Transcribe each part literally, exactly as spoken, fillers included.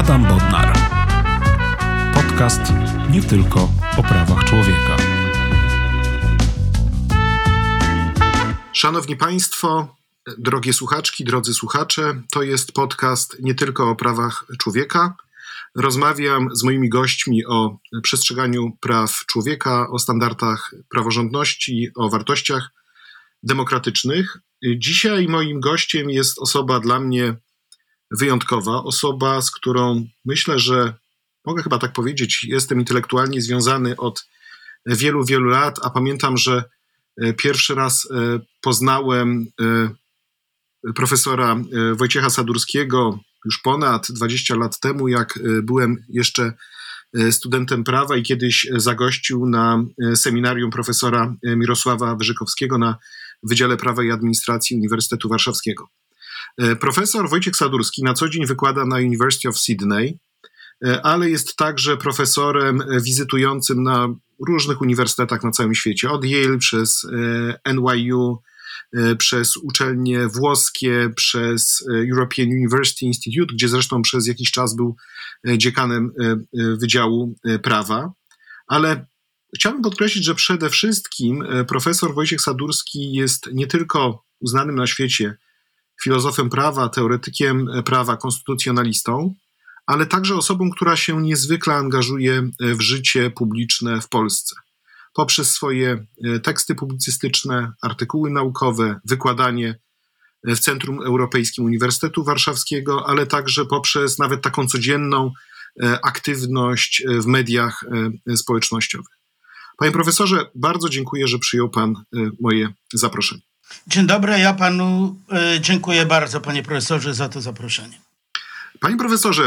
Adam Bodnar. Podcast nie tylko o prawach człowieka. Szanowni Państwo, drogie słuchaczki, drodzy słuchacze, to jest podcast nie tylko o prawach człowieka. Rozmawiam z moimi gośćmi o przestrzeganiu praw człowieka, o standardach praworządności, o wartościach demokratycznych. Dzisiaj moim gościem jest osoba dla mnie wyjątkowa, osoba, z którą myślę, że mogę chyba tak powiedzieć, jestem intelektualnie związany od wielu, wielu lat, a pamiętam, że pierwszy raz poznałem profesora Wojciecha Sadurskiego już ponad dwadzieścia lat temu, jak byłem jeszcze studentem prawa i kiedyś zagościł na seminarium profesora Mirosława Wyrzykowskiego na Wydziale Prawa i Administracji Uniwersytetu Warszawskiego. Profesor Wojciech Sadurski na co dzień wykłada na University of Sydney, ale jest także profesorem wizytującym na różnych uniwersytetach na całym świecie, od Yale przez N Y U, przez uczelnie włoskie, przez European University Institute, gdzie zresztą przez jakiś czas był dziekanem Wydziału Prawa. Ale chciałbym podkreślić, że przede wszystkim profesor Wojciech Sadurski jest nie tylko uznanym na świecie filozofem prawa, teoretykiem prawa, konstytucjonalistą, ale także osobą, która się niezwykle angażuje w życie publiczne w Polsce. Poprzez swoje teksty publicystyczne, artykuły naukowe, wykładanie w Centrum Europejskim Uniwersytetu Warszawskiego, ale także poprzez nawet taką codzienną aktywność w mediach społecznościowych. Panie profesorze, bardzo dziękuję, że przyjął pan moje zaproszenie. Dzień dobry, ja panu dziękuję bardzo, panie profesorze, za to zaproszenie. Panie profesorze,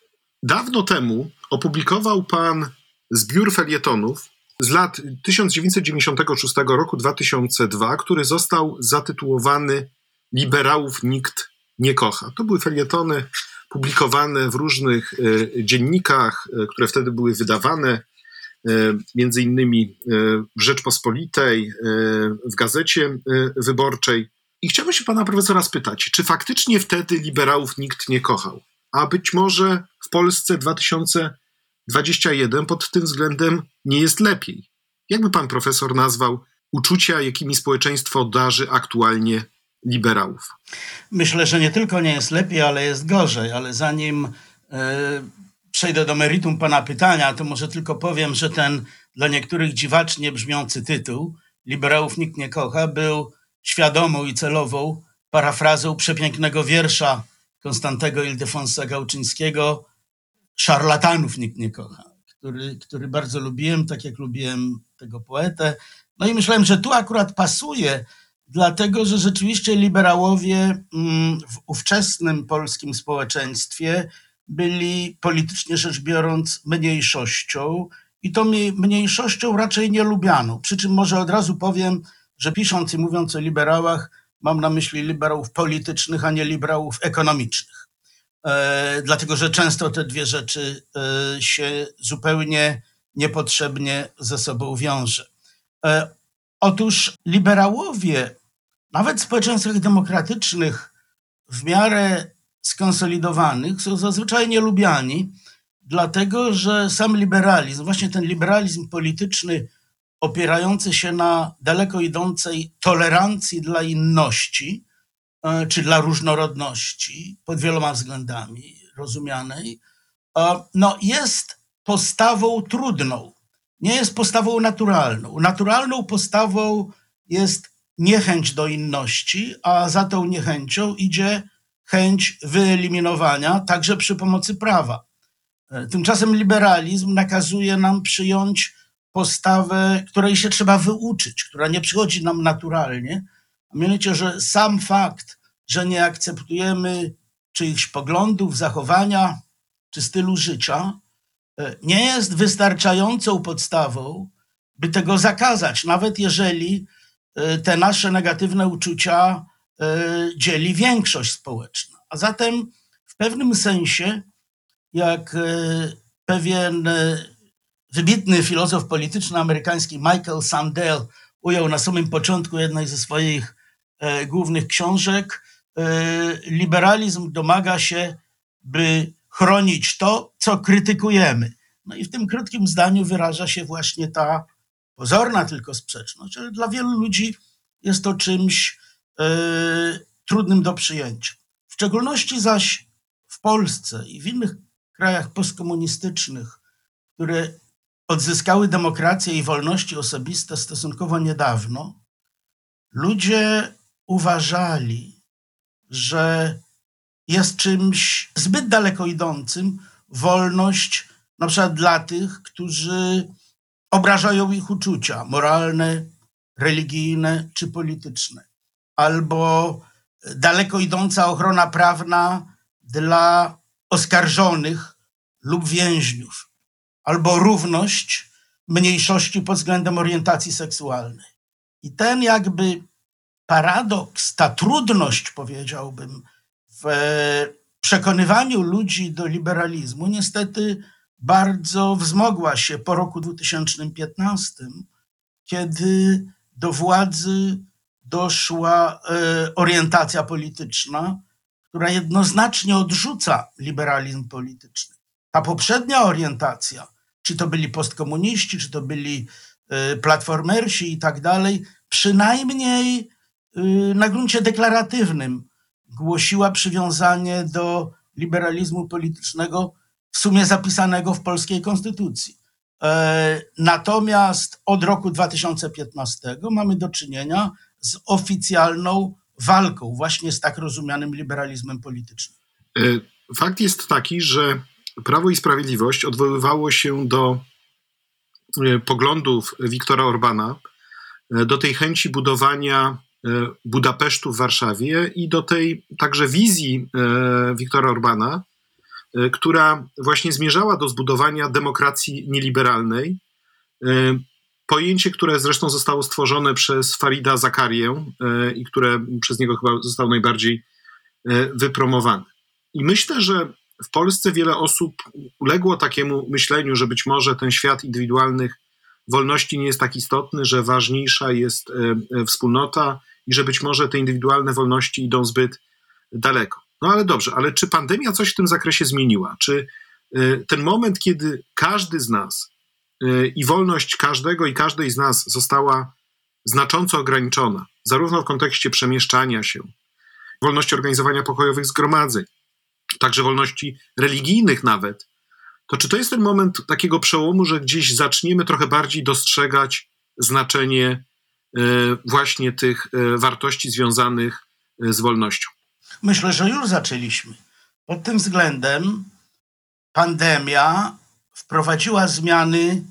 dawno temu opublikował pan zbiór felietonów z lat tysiąc dziewięćset dziewięćdziesiątego szóstego roku do dwa tysiące drugiego, który został zatytułowany Liberałów nikt nie kocha. To były felietony publikowane w różnych e, dziennikach, e, które wtedy były wydawane, e, między innymi e, w Rzeczpospolitej, e, w Gazecie e, Wyborczej. I chciałbym się pana profesora spytać, czy faktycznie wtedy liberałów nikt nie kochał? A być może w Polsce dwa tysiące dwudziestym pierwszym pod tym względem nie jest lepiej. Jakby pan profesor nazwał uczucia, jakimi społeczeństwo darzy aktualnie liberałów? Myślę, że nie tylko nie jest lepiej, ale jest gorzej. Ale zanim e, przejdę do meritum pana pytania, to może tylko powiem, że ten dla niektórych dziwacznie brzmiący tytuł Liberałów nikt nie kocha był świadomą i celową parafrazą przepięknego wiersza Konstantego Ildefonsa Gałczyńskiego Szarlatanów nikt nie kocha, który, który bardzo lubiłem, tak jak lubiłem tego poetę. No i myślałem, że tu akurat pasuje, dlatego że rzeczywiście liberałowie w ówczesnym polskim społeczeństwie byli politycznie rzecz biorąc mniejszością i to mniejszością raczej nielubianą. Przy czym może od razu powiem, że pisząc i mówiąc o liberałach, mam na myśli liberałów politycznych, a nie liberałów ekonomicznych. E, dlatego, że często te dwie rzeczy e, się zupełnie niepotrzebnie ze sobą wiąże. E, otóż liberałowie, nawet w społeczeństwach demokratycznych, w miarę skonsolidowanych, są zazwyczaj nielubiani, dlatego, że sam liberalizm, właśnie ten liberalizm polityczny opierający się na daleko idącej tolerancji dla inności, czy dla różnorodności pod wieloma względami rozumianej, no jest postawą trudną, nie jest postawą naturalną. Naturalną postawą jest niechęć do inności, a za tą niechęcią idzie chęć wyeliminowania, także przy pomocy prawa. Tymczasem liberalizm nakazuje nam przyjąć postawę, której się trzeba wyuczyć, która nie przychodzi nam naturalnie, a mianowicie, że sam fakt, że nie akceptujemy czyichś poglądów, zachowania czy stylu życia, nie jest wystarczającą podstawą, by tego zakazać, nawet jeżeli te nasze negatywne uczucia dzieli większość społeczna. A zatem w pewnym sensie, jak pewien wybitny filozof polityczny amerykański Michael Sandel ujął na samym początku jednej ze swoich e, głównych książek, e, liberalizm domaga się, by chronić to, co krytykujemy. No i w tym krótkim zdaniu wyraża się właśnie ta pozorna tylko sprzeczność, ale dla wielu ludzi jest to czymś yy, trudnym do przyjęcia. W szczególności zaś w Polsce i w innych krajach postkomunistycznych, które odzyskały demokrację i wolności osobiste stosunkowo niedawno, ludzie uważali, że jest czymś zbyt daleko idącym wolność na przykład dla tych, którzy obrażają ich uczucia moralne, religijne czy polityczne, albo daleko idąca ochrona prawna dla oskarżonych lub więźniów, albo równość mniejszości pod względem orientacji seksualnej. I ten jakby paradoks, ta trudność, powiedziałbym, w przekonywaniu ludzi do liberalizmu niestety bardzo wzmogła się po roku dwa tysiące piętnastym, kiedy do władzy doszła e, orientacja polityczna, która jednoznacznie odrzuca liberalizm polityczny. Ta poprzednia orientacja, czy to byli postkomuniści, czy to byli y, platformersi i tak dalej, przynajmniej y, na gruncie deklaratywnym głosiła przywiązanie do liberalizmu politycznego w sumie zapisanego w polskiej konstytucji. E, natomiast od roku dwa tysiące piętnastego mamy do czynienia z oficjalną walką właśnie z tak rozumianym liberalizmem politycznym. Fakt jest taki, że Prawo i Sprawiedliwość odwoływało się do poglądów Viktora Orbana, do tej chęci budowania Budapesztu w Warszawie i do tej także wizji Viktora Orbana, która właśnie zmierzała do zbudowania demokracji nieliberalnej. Pojęcie, które zresztą zostało stworzone przez Farida Zakarię i które przez niego chyba zostało najbardziej wypromowane. I myślę, że w Polsce wiele osób uległo takiemu myśleniu, że być może ten świat indywidualnych wolności nie jest tak istotny, że ważniejsza jest wspólnota i że być może te indywidualne wolności idą zbyt daleko. No ale dobrze, ale czy pandemia coś w tym zakresie zmieniła? Czy ten moment, kiedy każdy z nas i wolność każdego i każdej z nas została znacząco ograniczona, zarówno w kontekście przemieszczania się, wolności organizowania pokojowych zgromadzeń, także wolności religijnych nawet, to czy to jest ten moment takiego przełomu, że gdzieś zaczniemy trochę bardziej dostrzegać znaczenie właśnie tych wartości związanych z wolnością? Myślę, że już zaczęliśmy. Pod tym względem pandemia wprowadziła zmiany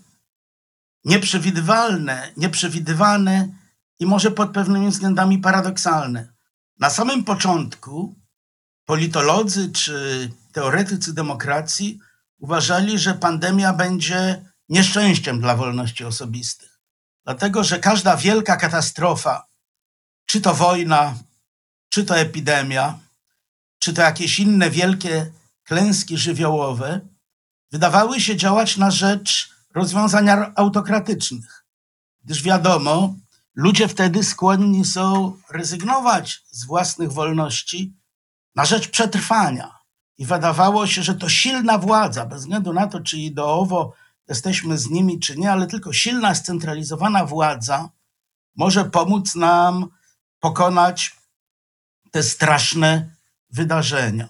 nieprzewidywalne, nieprzewidywane i może pod pewnymi względami paradoksalne. Na samym początku politolodzy czy teoretycy demokracji uważali, że pandemia będzie nieszczęściem dla wolności osobistych. Dlatego, że każda wielka katastrofa, czy to wojna, czy to epidemia, czy to jakieś inne wielkie klęski żywiołowe, wydawały się działać na rzecz rozwiązań autokratycznych. Gdyż wiadomo, ludzie wtedy skłonni są rezygnować z własnych wolności na rzecz przetrwania. I wydawało się, że to silna władza, bez względu na to, czy ideowo jesteśmy z nimi, czy nie, ale tylko silna, scentralizowana władza może pomóc nam pokonać te straszne wydarzenia.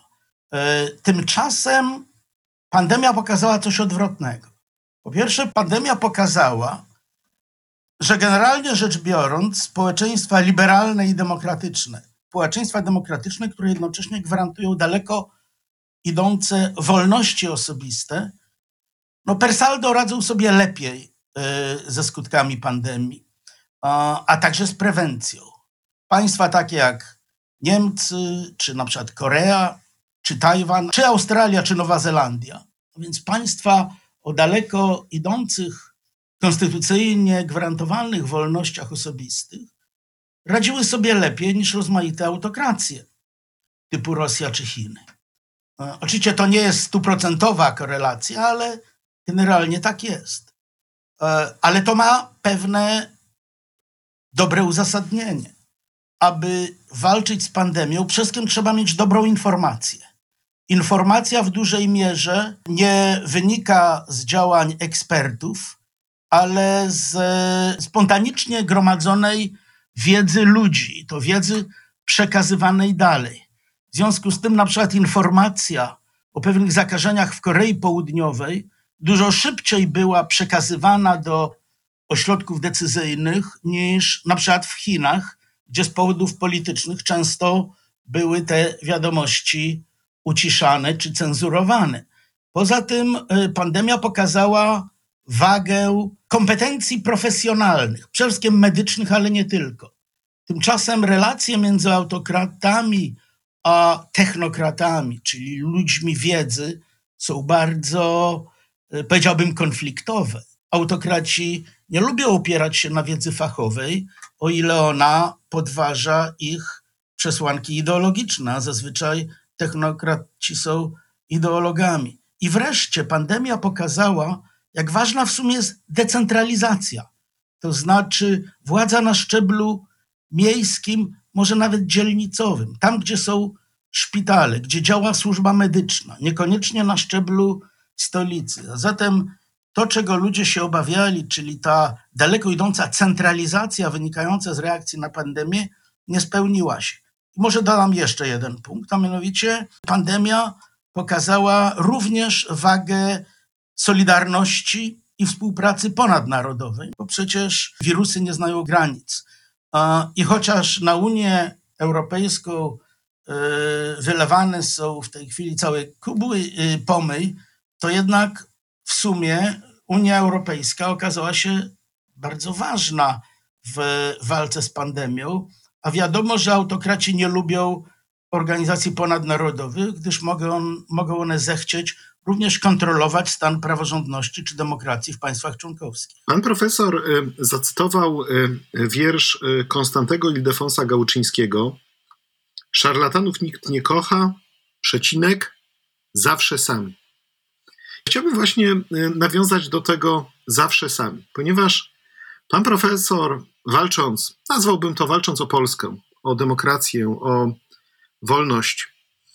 Tymczasem pandemia pokazała coś odwrotnego. Po pierwsze, pandemia pokazała, że generalnie rzecz biorąc, społeczeństwa liberalne i demokratyczne, społeczeństwa demokratyczne, które jednocześnie gwarantują daleko idące wolności osobiste, no per saldo radzą sobie lepiej y, ze skutkami pandemii, a, a także z prewencją. Państwa takie jak Niemcy, czy na przykład Korea, czy Tajwan, czy Australia, czy Nowa Zelandia. Więc państwa o daleko idących, konstytucyjnie gwarantowanych wolnościach osobistych radziły sobie lepiej niż rozmaite autokracje typu Rosja czy Chiny. Oczywiście to nie jest stuprocentowa korelacja, ale generalnie tak jest. Ale to ma pewne dobre uzasadnienie. Aby walczyć z pandemią, przede wszystkim trzeba mieć dobrą informację. Informacja w dużej mierze nie wynika z działań ekspertów, ale z spontanicznie gromadzonej wiedzy ludzi, to wiedzy przekazywanej dalej. W związku z tym na przykład informacja o pewnych zakażeniach w Korei Południowej dużo szybciej była przekazywana do ośrodków decyzyjnych niż na przykład w Chinach, gdzie z powodów politycznych często były te wiadomości uciszane czy cenzurowane. Poza tym pandemia pokazała wagę kompetencji profesjonalnych, przede wszystkim medycznych, ale nie tylko. Tymczasem relacje między autokratami a technokratami, czyli ludźmi wiedzy, są bardzo, powiedziałbym, konfliktowe. Autokraci nie lubią opierać się na wiedzy fachowej, o ile ona podważa ich przesłanki ideologiczne, a zazwyczaj technokraci są ideologami. I wreszcie pandemia pokazała, jak ważna w sumie jest decentralizacja. To znaczy władza na szczeblu miejskim, może nawet dzielnicowym, tam gdzie są szpitale, gdzie działa służba medyczna, niekoniecznie na szczeblu stolicy. A zatem to, czego ludzie się obawiali, czyli ta daleko idąca centralizacja wynikająca z reakcji na pandemię, nie spełniła się. I może dodam jeszcze jeden punkt, a mianowicie pandemia pokazała również wagę solidarności i współpracy ponadnarodowej, bo przecież wirusy nie znają granic. I chociaż na Unię Europejską wylewane są w tej chwili całe kubły pomyj, to jednak w sumie Unia Europejska okazała się bardzo ważna w walce z pandemią, a wiadomo, że autokraci nie lubią organizacji ponadnarodowych, gdyż mogą, mogą one zechcieć również kontrolować stan praworządności czy demokracji w państwach członkowskich. Pan profesor y, zacytował y, wiersz y, Konstantego Ildefonsa Gałczyńskiego. Szarlatanów nikt nie kocha, przecinek, zawsze sami. Chciałbym właśnie y, nawiązać do tego zawsze sami, ponieważ pan profesor walcząc, nazwałbym to walcząc o Polskę, o demokrację, o wolność,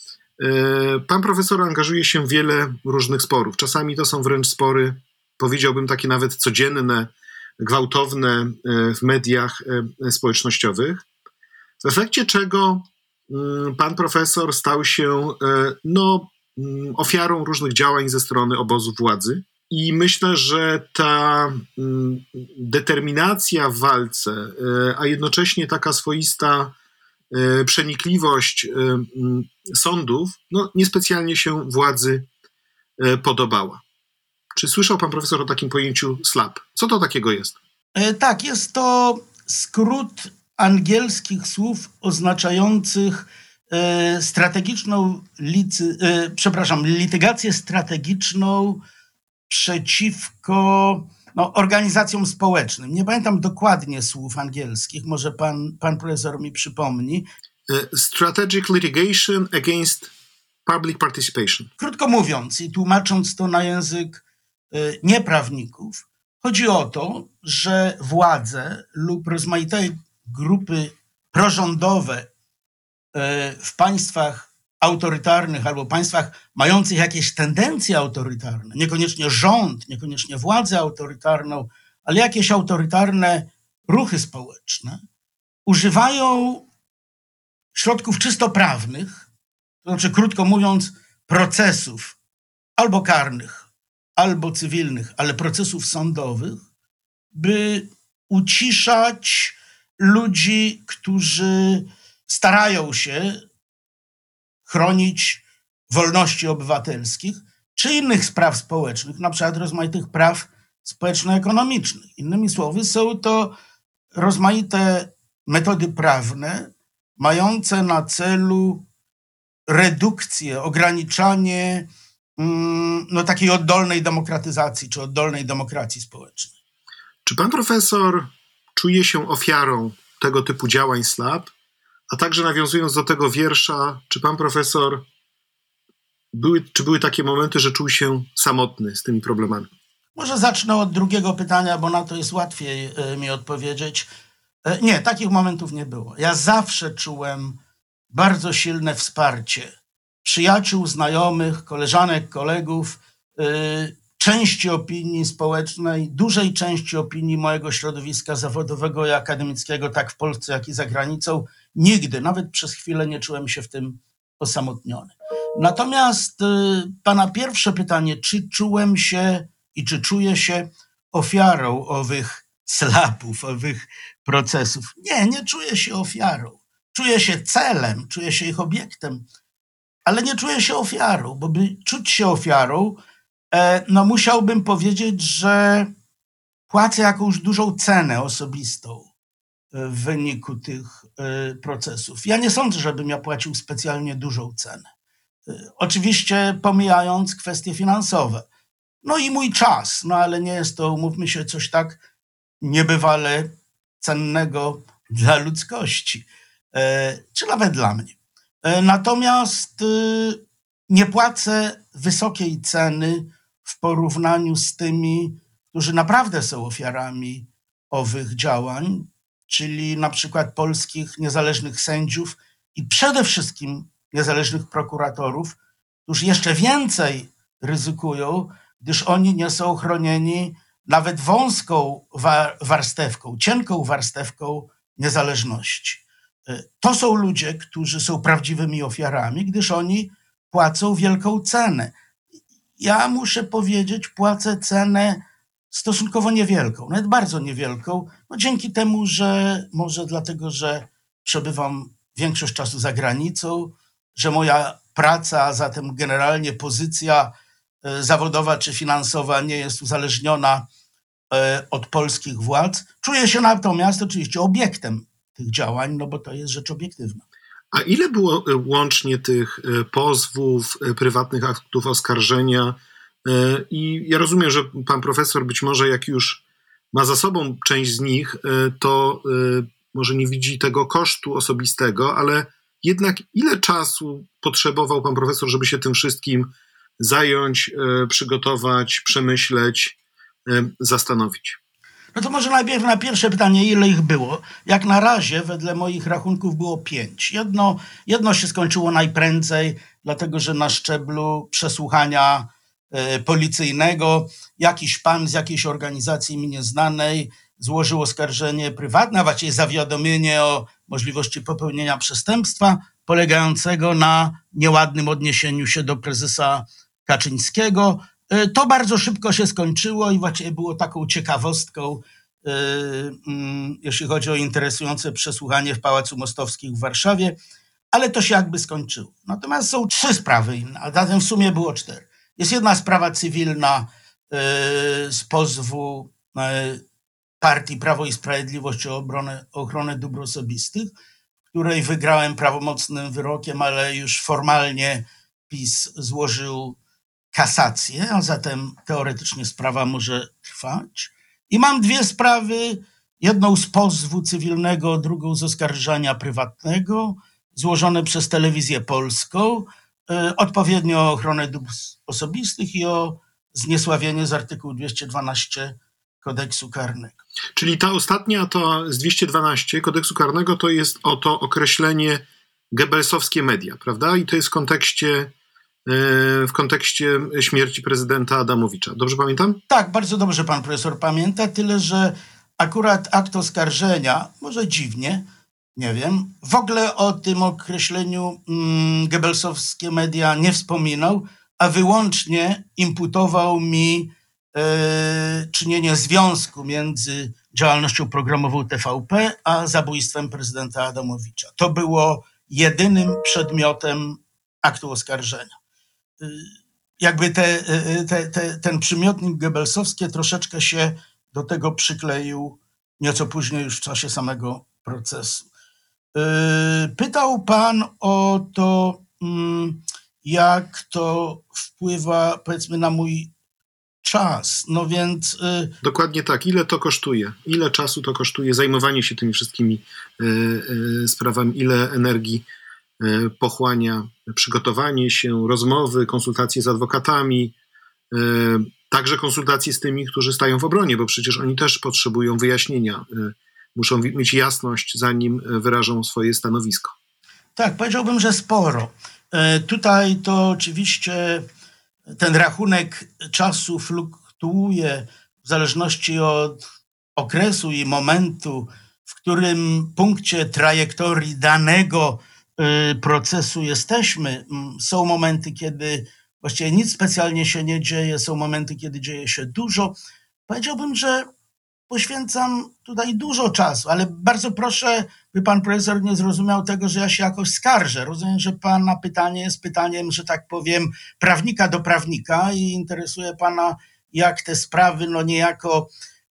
pan profesor angażuje się w wiele różnych sporów. Czasami to są wręcz spory, powiedziałbym, takie nawet codzienne, gwałtowne w mediach społecznościowych, w efekcie czego pan profesor stał się no, ofiarą różnych działań ze strony obozu władzy. I myślę, że ta determinacja w walce, a jednocześnie taka swoista przenikliwość sądów, no, niespecjalnie się władzy podobała. Czy słyszał pan profesor o takim pojęciu slap? Co to takiego jest? Tak, jest to skrót angielskich słów oznaczających strategiczną, licy, przepraszam, litygację strategiczną przeciwko no, organizacjom społecznym. Nie pamiętam dokładnie słów angielskich, może pan, pan profesor mi przypomni. Strategic litigation against public participation. Krótko mówiąc i tłumacząc to na język y, nieprawników, chodzi o to, że władze lub rozmaite grupy prorządowe y, w państwach autorytarnych albo państwach mających jakieś tendencje autorytarne, niekoniecznie rząd, niekoniecznie władzę autorytarną, ale jakieś autorytarne ruchy społeczne, używają środków czysto prawnych, to znaczy krótko mówiąc procesów albo karnych, albo cywilnych, ale procesów sądowych, by uciszać ludzi, którzy starają się chronić wolności obywatelskich czy innych spraw społecznych, na przykład rozmaitych praw społeczno-ekonomicznych. Innymi słowy, są to rozmaite metody prawne mające na celu redukcję, ograniczanie mm, no, takiej oddolnej demokratyzacji czy oddolnej demokracji społecznej. Czy pan profesor czuje się ofiarą tego typu działań slap? A także nawiązując do tego wiersza, czy pan profesor, były, czy były takie momenty, że czuł się samotny z tymi problemami? Może zacznę od drugiego pytania, bo na to jest łatwiej mi odpowiedzieć. Nie, takich momentów nie było. Ja zawsze czułem bardzo silne wsparcie przyjaciół, znajomych, koleżanek, kolegów, części opinii społecznej, dużej części opinii mojego środowiska zawodowego i akademickiego, tak w Polsce, jak i za granicą, nigdy, nawet przez chwilę nie czułem się w tym osamotniony. Natomiast pana pierwsze pytanie, czy czułem się i czy czuję się ofiarą owych slapów, owych procesów? Nie, nie czuję się ofiarą. Czuję się celem, czuję się ich obiektem, ale nie czuję się ofiarą, bo by czuć się ofiarą, no musiałbym powiedzieć, że płacę jakąś dużą cenę osobistą w wyniku tych procesów. Ja nie sądzę, żebym ja płacił specjalnie dużą cenę. Oczywiście pomijając kwestie finansowe. No i mój czas, no ale nie jest to, umówmy się, coś tak niebywale cennego dla ludzkości, czy nawet dla mnie. Natomiast nie płacę wysokiej ceny w porównaniu z tymi, którzy naprawdę są ofiarami owych działań, czyli na przykład polskich niezależnych sędziów i przede wszystkim niezależnych prokuratorów, którzy jeszcze więcej ryzykują, gdyż oni nie są chronieni nawet wąską warstewką, cienką warstewką niezależności. To są ludzie, którzy są prawdziwymi ofiarami, gdyż oni płacą wielką cenę. Ja muszę powiedzieć, płacę cenę stosunkowo niewielką, nawet bardzo niewielką, no dzięki temu, że może dlatego, że przebywam większość czasu za granicą, że moja praca, a zatem generalnie pozycja zawodowa czy finansowa nie jest uzależniona od polskich władz. Czuję się natomiast oczywiście obiektem tych działań, no bo to jest rzecz obiektywna. A ile było łącznie tych pozwów, prywatnych aktów oskarżenia? I ja rozumiem, że pan profesor być może jak już ma za sobą część z nich, to może nie widzi tego kosztu osobistego, ale jednak ile czasu potrzebował pan profesor, żeby się tym wszystkim zająć, przygotować, przemyśleć, zastanowić? No to może najpierw na pierwsze pytanie, ile ich było. Jak na razie, wedle moich rachunków, było pięć. Jedno, jedno się skończyło najprędzej, dlatego że na szczeblu przesłuchania y, policyjnego jakiś pan z jakiejś organizacji mi nieznanej złożył oskarżenie prywatne, a właściwie zawiadomienie o możliwości popełnienia przestępstwa polegającego na nieładnym odniesieniu się do prezesa Kaczyńskiego. To bardzo szybko się skończyło i właściwie było taką ciekawostką, yy, yy, jeśli chodzi o interesujące przesłuchanie w Pałacu Mostowskim w Warszawie, ale to się jakby skończyło. Natomiast są trzy sprawy inne, a zatem w sumie było cztery. Jest jedna sprawa cywilna yy, z pozwu yy, partii Prawo i Sprawiedliwość o obronę, ochronę dóbr osobistych, w której wygrałem prawomocnym wyrokiem, ale już formalnie PiS złożył kasację, a zatem teoretycznie sprawa może trwać. I mam dwie sprawy, jedną z pozwu cywilnego, drugą z oskarżenia prywatnego, złożone przez Telewizję Polską, y, odpowiednio o ochronę dóbr osobistych i o zniesławienie z artykułu dwieście dwanaście kodeksu karnego. Czyli ta ostatnia, to z dwieście dwanaście kodeksu karnego, to jest oto określenie Goebbelsowskie media, prawda? I to jest w kontekście w kontekście śmierci prezydenta Adamowicza. Dobrze pamiętam? Tak, bardzo dobrze pan profesor pamięta, tyle że akurat akt oskarżenia, może dziwnie, nie wiem, w ogóle o tym określeniu mm, Goebbelsowskie media nie wspominał, a wyłącznie imputował mi e, czynienie związku między działalnością programową T V P a zabójstwem prezydenta Adamowicza. To było jedynym przedmiotem aktu oskarżenia. Jakby te, te, te, ten przymiotnik Goebbelsowskie troszeczkę się do tego przykleił nieco później już w czasie samego procesu. Pytał pan o to, jak to wpływa, powiedzmy, na mój czas. No więc... Dokładnie tak. Ile to kosztuje? Ile czasu to kosztuje? Zajmowanie się tymi wszystkimi sprawami? Ile energii pochłania przygotowanie się, rozmowy, konsultacje z adwokatami, także konsultacje z tymi, którzy stają w obronie, bo przecież oni też potrzebują wyjaśnienia, muszą mieć jasność, zanim wyrażą swoje stanowisko. Tak, powiedziałbym, że sporo. Tutaj to oczywiście ten rachunek czasu fluktuuje w zależności od okresu i momentu, w którym punkcie trajektorii danego procesu jesteśmy. Są momenty, kiedy właściwie nic specjalnie się nie dzieje, są momenty, kiedy dzieje się dużo. Powiedziałbym, że poświęcam tutaj dużo czasu, ale bardzo proszę, by pan profesor nie zrozumiał tego, że ja się jakoś skarżę. Rozumiem, że pana pytanie jest pytaniem, że tak powiem, prawnika do prawnika i interesuje pana, jak te sprawy, no niejako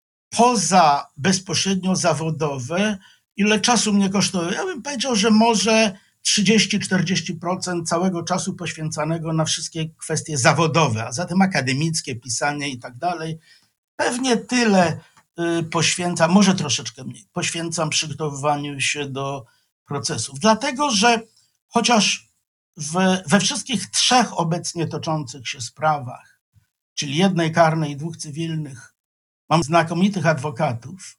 poza bezpośrednio zawodowe, ile czasu mnie kosztują. Ja bym powiedział, że może trzydzieści do czterdziestu procent całego czasu poświęcanego na wszystkie kwestie zawodowe, a zatem akademickie, pisanie i tak dalej. Pewnie tyle poświęcam, może troszeczkę mniej, poświęcam przygotowywaniu się do procesów. Dlatego, że chociaż w, we wszystkich trzech obecnie toczących się sprawach, czyli jednej karnej i dwóch cywilnych, mam znakomitych adwokatów,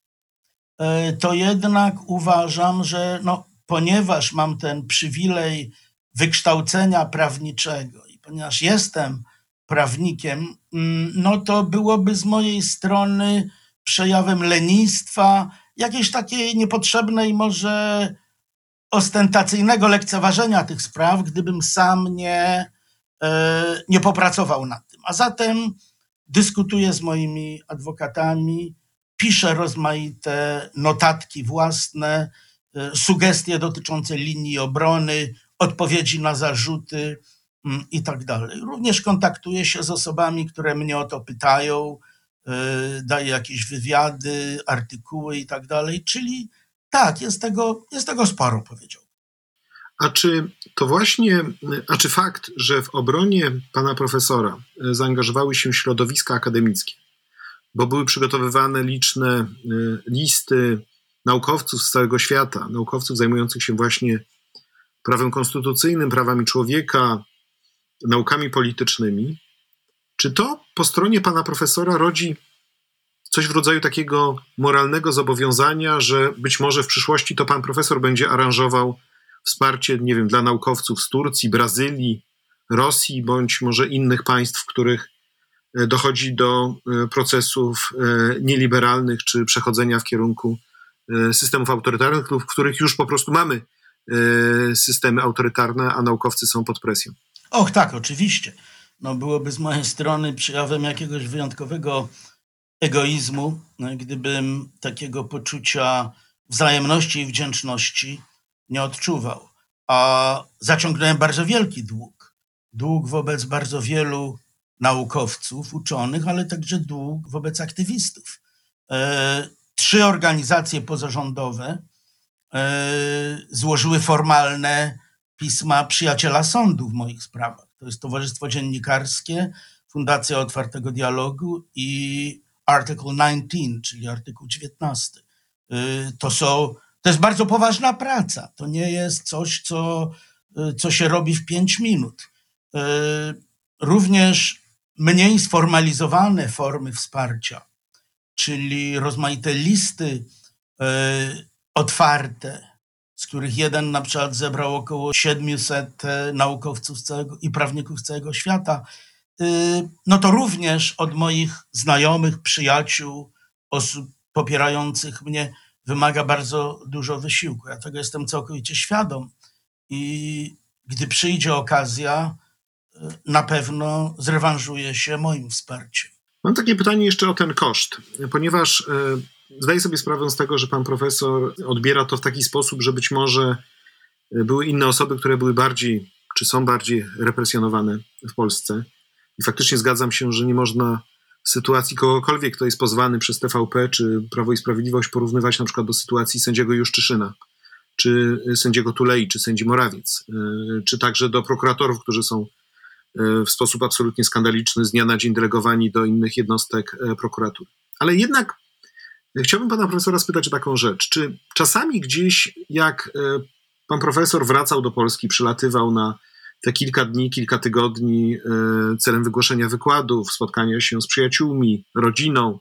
to jednak uważam, że no, ponieważ mam ten przywilej wykształcenia prawniczego i ponieważ jestem prawnikiem, no to byłoby z mojej strony przejawem lenistwa, jakiejś takiej niepotrzebnej może ostentacyjnego lekceważenia tych spraw, gdybym sam nie, nie popracował nad tym. A zatem dyskutuję z moimi adwokatami, piszę rozmaite notatki własne, sugestie dotyczące linii obrony, odpowiedzi na zarzuty i tak dalej. Również kontaktuję się z osobami, które mnie o to pytają, daję jakieś wywiady, artykuły i tak dalej, czyli tak, jest tego, jest tego sporo, powiedziałbym. A czy to właśnie, a czy fakt, że w obronie pana profesora zaangażowały się środowiska akademickie, bo były przygotowywane liczne listy naukowców z całego świata, naukowców zajmujących się właśnie prawem konstytucyjnym, prawami człowieka, naukami politycznymi, czy to po stronie pana profesora rodzi coś w rodzaju takiego moralnego zobowiązania, że być może w przyszłości to pan profesor będzie aranżował wsparcie, nie wiem, dla naukowców z Turcji, Brazylii, Rosji, bądź może innych państw, w których dochodzi do procesów nieliberalnych czy przechodzenia w kierunku systemów autorytarnych, w których już po prostu mamy systemy autorytarne, a naukowcy są pod presją. Och, tak, oczywiście. No, byłoby z mojej strony przejawem jakiegoś wyjątkowego egoizmu, gdybym takiego poczucia wzajemności i wdzięczności nie odczuwał. A zaciągnąłem bardzo wielki dług. Dług wobec bardzo wielu naukowców, uczonych, ale także dług wobec aktywistów. E, trzy organizacje pozarządowe e, złożyły formalne pisma przyjaciela sądu w moich sprawach. To jest Towarzystwo Dziennikarskie, Fundacja Otwartego Dialogu i Article dziewiętnaście, czyli artykuł dziewiętnasty. To są, to jest bardzo poważna praca. To nie jest coś, co, co się robi w pięć minut. Również mniej sformalizowane formy wsparcia, czyli rozmaite listy otwarte, z których jeden na przykład zebrał około siedmiuset naukowców z całego, i prawników z całego świata, no to również od moich znajomych, przyjaciół, osób popierających mnie wymaga bardzo dużo wysiłku. Ja tego jestem całkowicie świadom i gdy przyjdzie okazja, na pewno zrewanżuję się moim wsparciem. Mam takie pytanie jeszcze o ten koszt, ponieważ e, zdaję sobie sprawę z tego, że pan profesor odbiera to w taki sposób, że być może były inne osoby, które były bardziej, czy są bardziej represjonowane w Polsce. I faktycznie zgadzam się, że nie można sytuacji kogokolwiek, kto jest pozwany przez T V P czy Prawo i Sprawiedliwość, porównywać na przykład do sytuacji sędziego Juszczyszyna, czy sędziego Tulei, czy sędzi Morawiec, czy także do prokuratorów, którzy są w sposób absolutnie skandaliczny z dnia na dzień delegowani do innych jednostek prokuratury. Ale jednak chciałbym pana profesora spytać o taką rzecz. Czy czasami gdzieś, jak pan profesor wracał do Polski, przylatywał na te kilka dni, kilka tygodni celem wygłoszenia wykładów, spotkania się z przyjaciółmi, rodziną,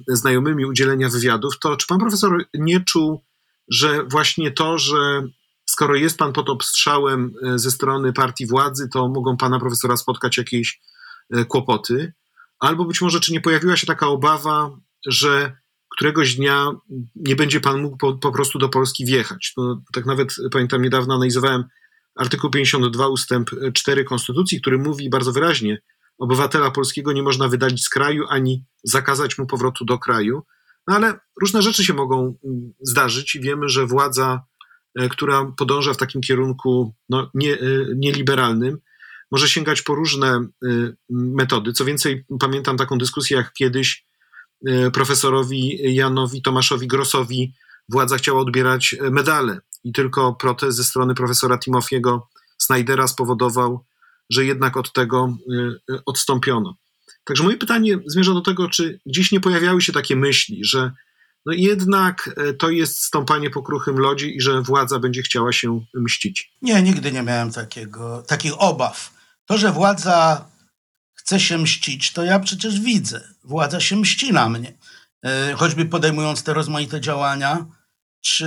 znajomymi, udzielenia wywiadów, to czy pan profesor nie czuł, że właśnie to, że skoro jest pan pod obstrzałem ze strony partii władzy, to mogą pana profesora spotkać jakieś kłopoty. Albo być może, czy nie pojawiła się taka obawa, że któregoś dnia nie będzie pan mógł po, po prostu do Polski wjechać. No, tak nawet pamiętam, niedawno analizowałem artykuł pięćdziesiąty drugi ustęp cztery Konstytucji, który mówi bardzo wyraźnie, obywatela polskiego nie można wydalić z kraju, ani zakazać mu powrotu do kraju. No ale różne rzeczy się mogą zdarzyć i wiemy, że władza, która podąża w takim kierunku no, nie, nieliberalnym, może sięgać po różne metody. Co więcej, pamiętam taką dyskusję, jak kiedyś profesorowi Janowi Tomaszowi Grossowi władza chciała odbierać medale i tylko protest ze strony profesora Timothy'ego Snydera spowodował, że jednak od tego odstąpiono. Także moje pytanie zmierza do tego, czy gdzieś nie pojawiały się takie myśli, że no jednak to jest stąpanie po kruchym lodzie i że władza będzie chciała się mścić. Nie, nigdy nie miałem takiego, takich obaw. To, że władza chce się mścić, to ja przecież widzę. Władza się mści na mnie. Choćby podejmując te rozmaite działania, czy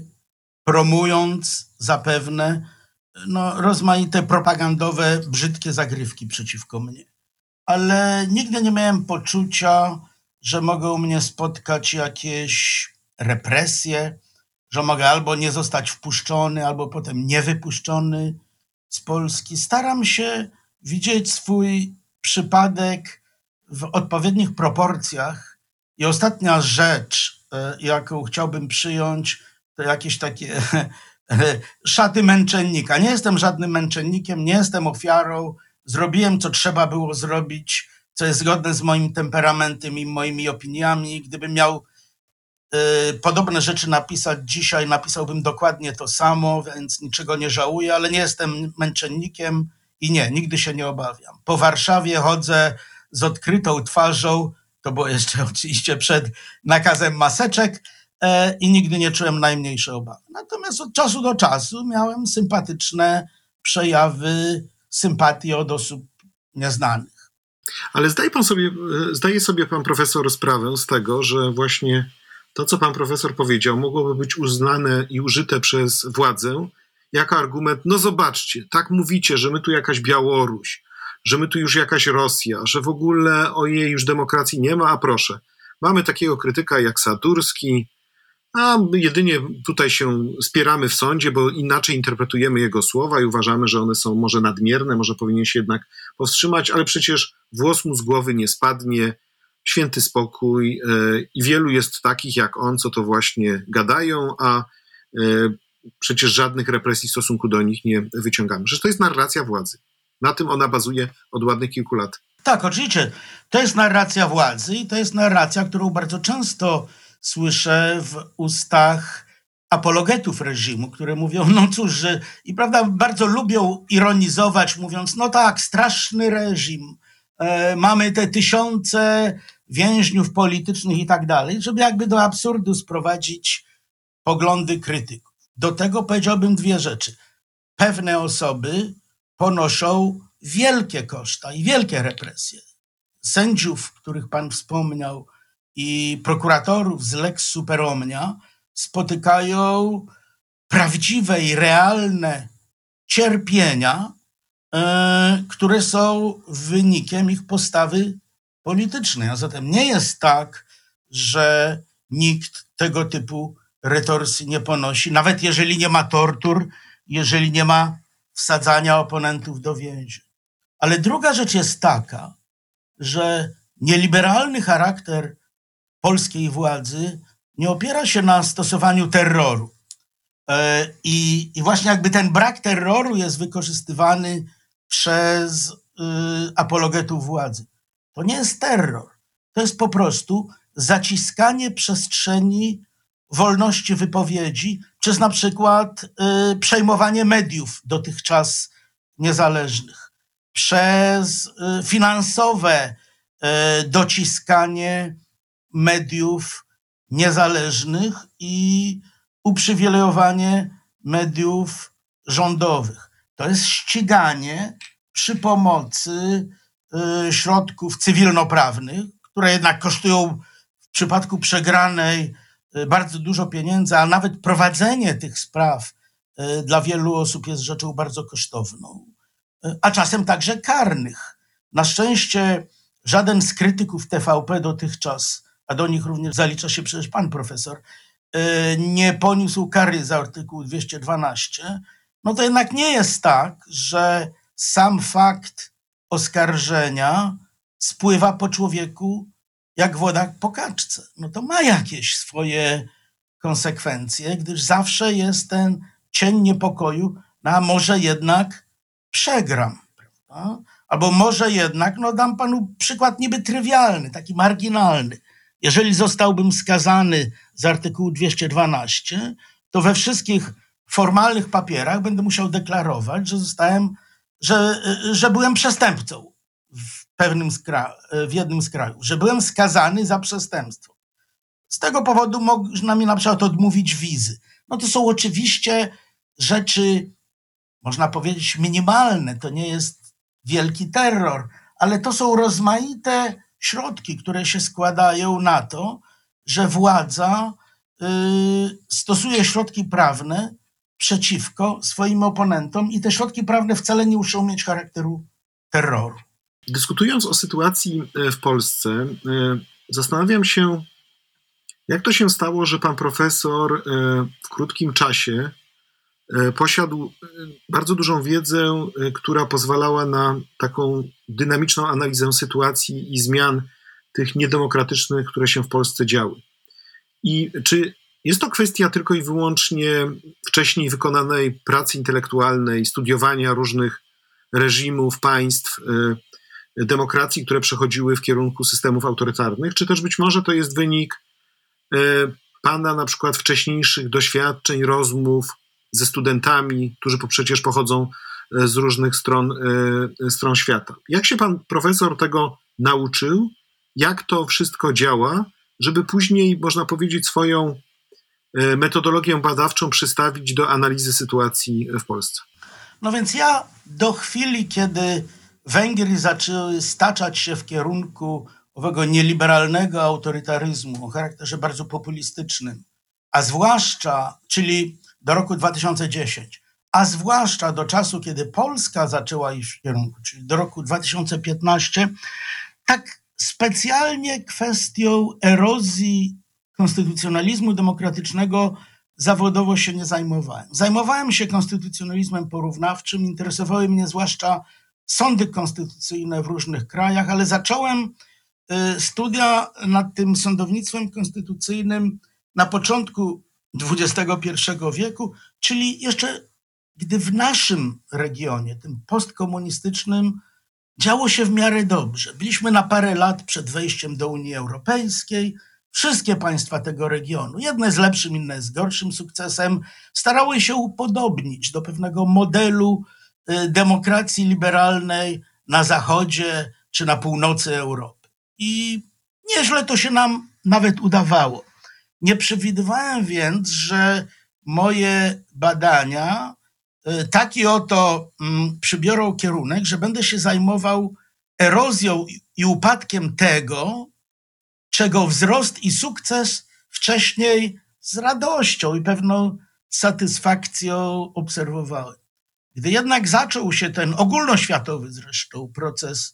promując zapewne no, rozmaite propagandowe, brzydkie zagrywki przeciwko mnie. Ale nigdy nie miałem poczucia, że mogą mnie spotkać jakieś represje, że mogę albo nie zostać wpuszczony, albo potem nie wypuszczony z Polski. Staram się widzieć swój przypadek w odpowiednich proporcjach i ostatnia rzecz, jaką chciałbym przyjąć, to jakieś takie szaty męczennika. Nie jestem żadnym męczennikiem, nie jestem ofiarą. Zrobiłem, co trzeba było zrobić, co jest zgodne z moim temperamentem i moimi opiniami. Gdybym miał y, podobne rzeczy napisać dzisiaj, napisałbym dokładnie to samo, więc niczego nie żałuję, ale nie jestem męczennikiem i nie, nigdy się nie obawiam. Po Warszawie chodzę z odkrytą twarzą, to było jeszcze oczywiście przed nakazem maseczek, y, i nigdy nie czułem najmniejszej obawy. Natomiast od czasu do czasu miałem sympatyczne przejawy sympatii od osób nieznanych. Ale zdaje pan sobie, zdaje sobie pan profesor sprawę z tego, że właśnie to, co pan profesor powiedział, mogłoby być uznane i użyte przez władzę jako argument, no zobaczcie, tak mówicie, że my tu jakaś Białoruś, że my tu już jakaś Rosja, że w ogóle ojej, już demokracji nie ma, a proszę, mamy takiego krytyka jak Sadurski, a my jedynie tutaj się spieramy w sądzie, bo inaczej interpretujemy jego słowa i uważamy, że one są może nadmierne, może powinien się jednak powstrzymać, ale przecież włos mu z głowy nie spadnie, święty spokój yy, i wielu jest takich jak on, co to właśnie gadają, a yy, przecież żadnych represji w stosunku do nich nie wyciągamy. Przecież to jest narracja władzy. Na tym ona bazuje od ładnych kilku lat. Tak, oczywiście. To jest narracja władzy i to jest narracja, którą bardzo często słyszę w ustach apologetów reżimu, które mówią, no cóż, że i prawda, bardzo lubią ironizować, mówiąc, no tak, straszny reżim, e, mamy te tysiące więźniów politycznych i tak dalej, żeby jakby do absurdu sprowadzić poglądy krytyków. Do tego powiedziałbym dwie rzeczy. Pewne osoby ponoszą wielkie koszta i wielkie represje. Sędziów, których pan wspomniał, i prokuratorów z lex super omnia spotykają prawdziwe i realne cierpienia, yy, które są wynikiem ich postawy politycznej. A zatem nie jest tak, że nikt tego typu retorsji nie ponosi, nawet jeżeli nie ma tortur, jeżeli nie ma wsadzania oponentów do więzień. Ale druga rzecz jest taka, że nieliberalny charakter polskiej władzy nie opiera się na stosowaniu terroru. I, i właśnie jakby ten brak terroru jest wykorzystywany przez y, apologetów władzy. To nie jest terror. To jest po prostu zaciskanie przestrzeni wolności wypowiedzi przez na przykład y, przejmowanie mediów dotychczas niezależnych, przez y, finansowe y, dociskanie mediów niezależnych i uprzywilejowanie mediów rządowych. To jest ściganie przy pomocy y, środków cywilnoprawnych, które jednak kosztują w przypadku przegranej y, bardzo dużo pieniędzy, a nawet prowadzenie tych spraw dla wielu osób jest rzeczą bardzo kosztowną, a czasem także karnych. Na szczęście żaden z krytyków T V P dotychczas, a do nich również zalicza się przecież pan profesor, nie poniósł kary za artykuł dwieście dwanaście, no to jednak nie jest tak, że sam fakt oskarżenia spływa po człowieku jak woda po kaczce. No to ma jakieś swoje konsekwencje, gdyż zawsze jest ten cień niepokoju, no a może jednak przegram, prawda? Albo może jednak, no dam panu przykład niby trywialny, taki marginalny. Jeżeli zostałbym skazany z artykułu dwieście dwanaście, to we wszystkich formalnych papierach będę musiał deklarować, że zostałem, że, że byłem przestępcą w pewnym z kraju, w jednym z krajów, że byłem skazany za przestępstwo. Z tego powodu można mi na przykład odmówić wizy. No to są oczywiście rzeczy, można powiedzieć, minimalne. To nie jest wielki terror, ale to są rozmaite środki, które się składają na to, że władza y, stosuje środki prawne przeciwko swoim oponentom i te środki prawne wcale nie muszą mieć charakteru terroru. Dyskutując o sytuacji w Polsce, y, zastanawiam się, jak to się stało, że pan profesor y, w krótkim czasie y, posiadł bardzo dużą wiedzę, y, która pozwalała na taką dynamiczną analizę sytuacji i zmian tych niedemokratycznych, które się w Polsce działy. I czy jest to kwestia tylko i wyłącznie wcześniej wykonanej pracy intelektualnej, studiowania różnych reżimów, państw, y, demokracji, które przechodziły w kierunku systemów autorytarnych, czy też być może to jest wynik y, pana na przykład wcześniejszych doświadczeń, rozmów ze studentami, którzy przecież pochodzą z różnych stron, y, stron świata. Jak się pan profesor tego nauczył? Jak to wszystko działa, żeby później, można powiedzieć, swoją metodologię badawczą przystawić do analizy sytuacji w Polsce? No więc ja do chwili, kiedy Węgry zaczęły staczać się w kierunku owego nieliberalnego autorytaryzmu o charakterze bardzo populistycznym, a zwłaszcza, czyli do roku dwa tysiące dziesiątego, a zwłaszcza do czasu, kiedy Polska zaczęła iść w kierunku, czyli do roku dwa tysiące piętnastego, tak specjalnie kwestią erozji konstytucjonalizmu demokratycznego zawodowo się nie zajmowałem. Zajmowałem się konstytucjonalizmem porównawczym, interesowały mnie zwłaszcza sądy konstytucyjne w różnych krajach, ale zacząłem studia nad tym sądownictwem konstytucyjnym na początku dwudziestego pierwszego wieku, czyli jeszcze gdy w naszym regionie, tym postkomunistycznym, działo się w miarę dobrze. Byliśmy na parę lat przed wejściem do Unii Europejskiej. Wszystkie państwa tego regionu, jedne z lepszym, inne z gorszym sukcesem, starały się upodobnić do pewnego modelu demokracji liberalnej na zachodzie czy na północy Europy. I nieźle to się nam nawet udawało. Nie przewidywałem więc, że moje badania taki oto przybiorą kierunek, że będę się zajmował erozją i upadkiem tego, czego wzrost i sukces wcześniej z radością i pewną satysfakcją obserwowałem. Gdy jednak zaczął się ten ogólnoświatowy zresztą proces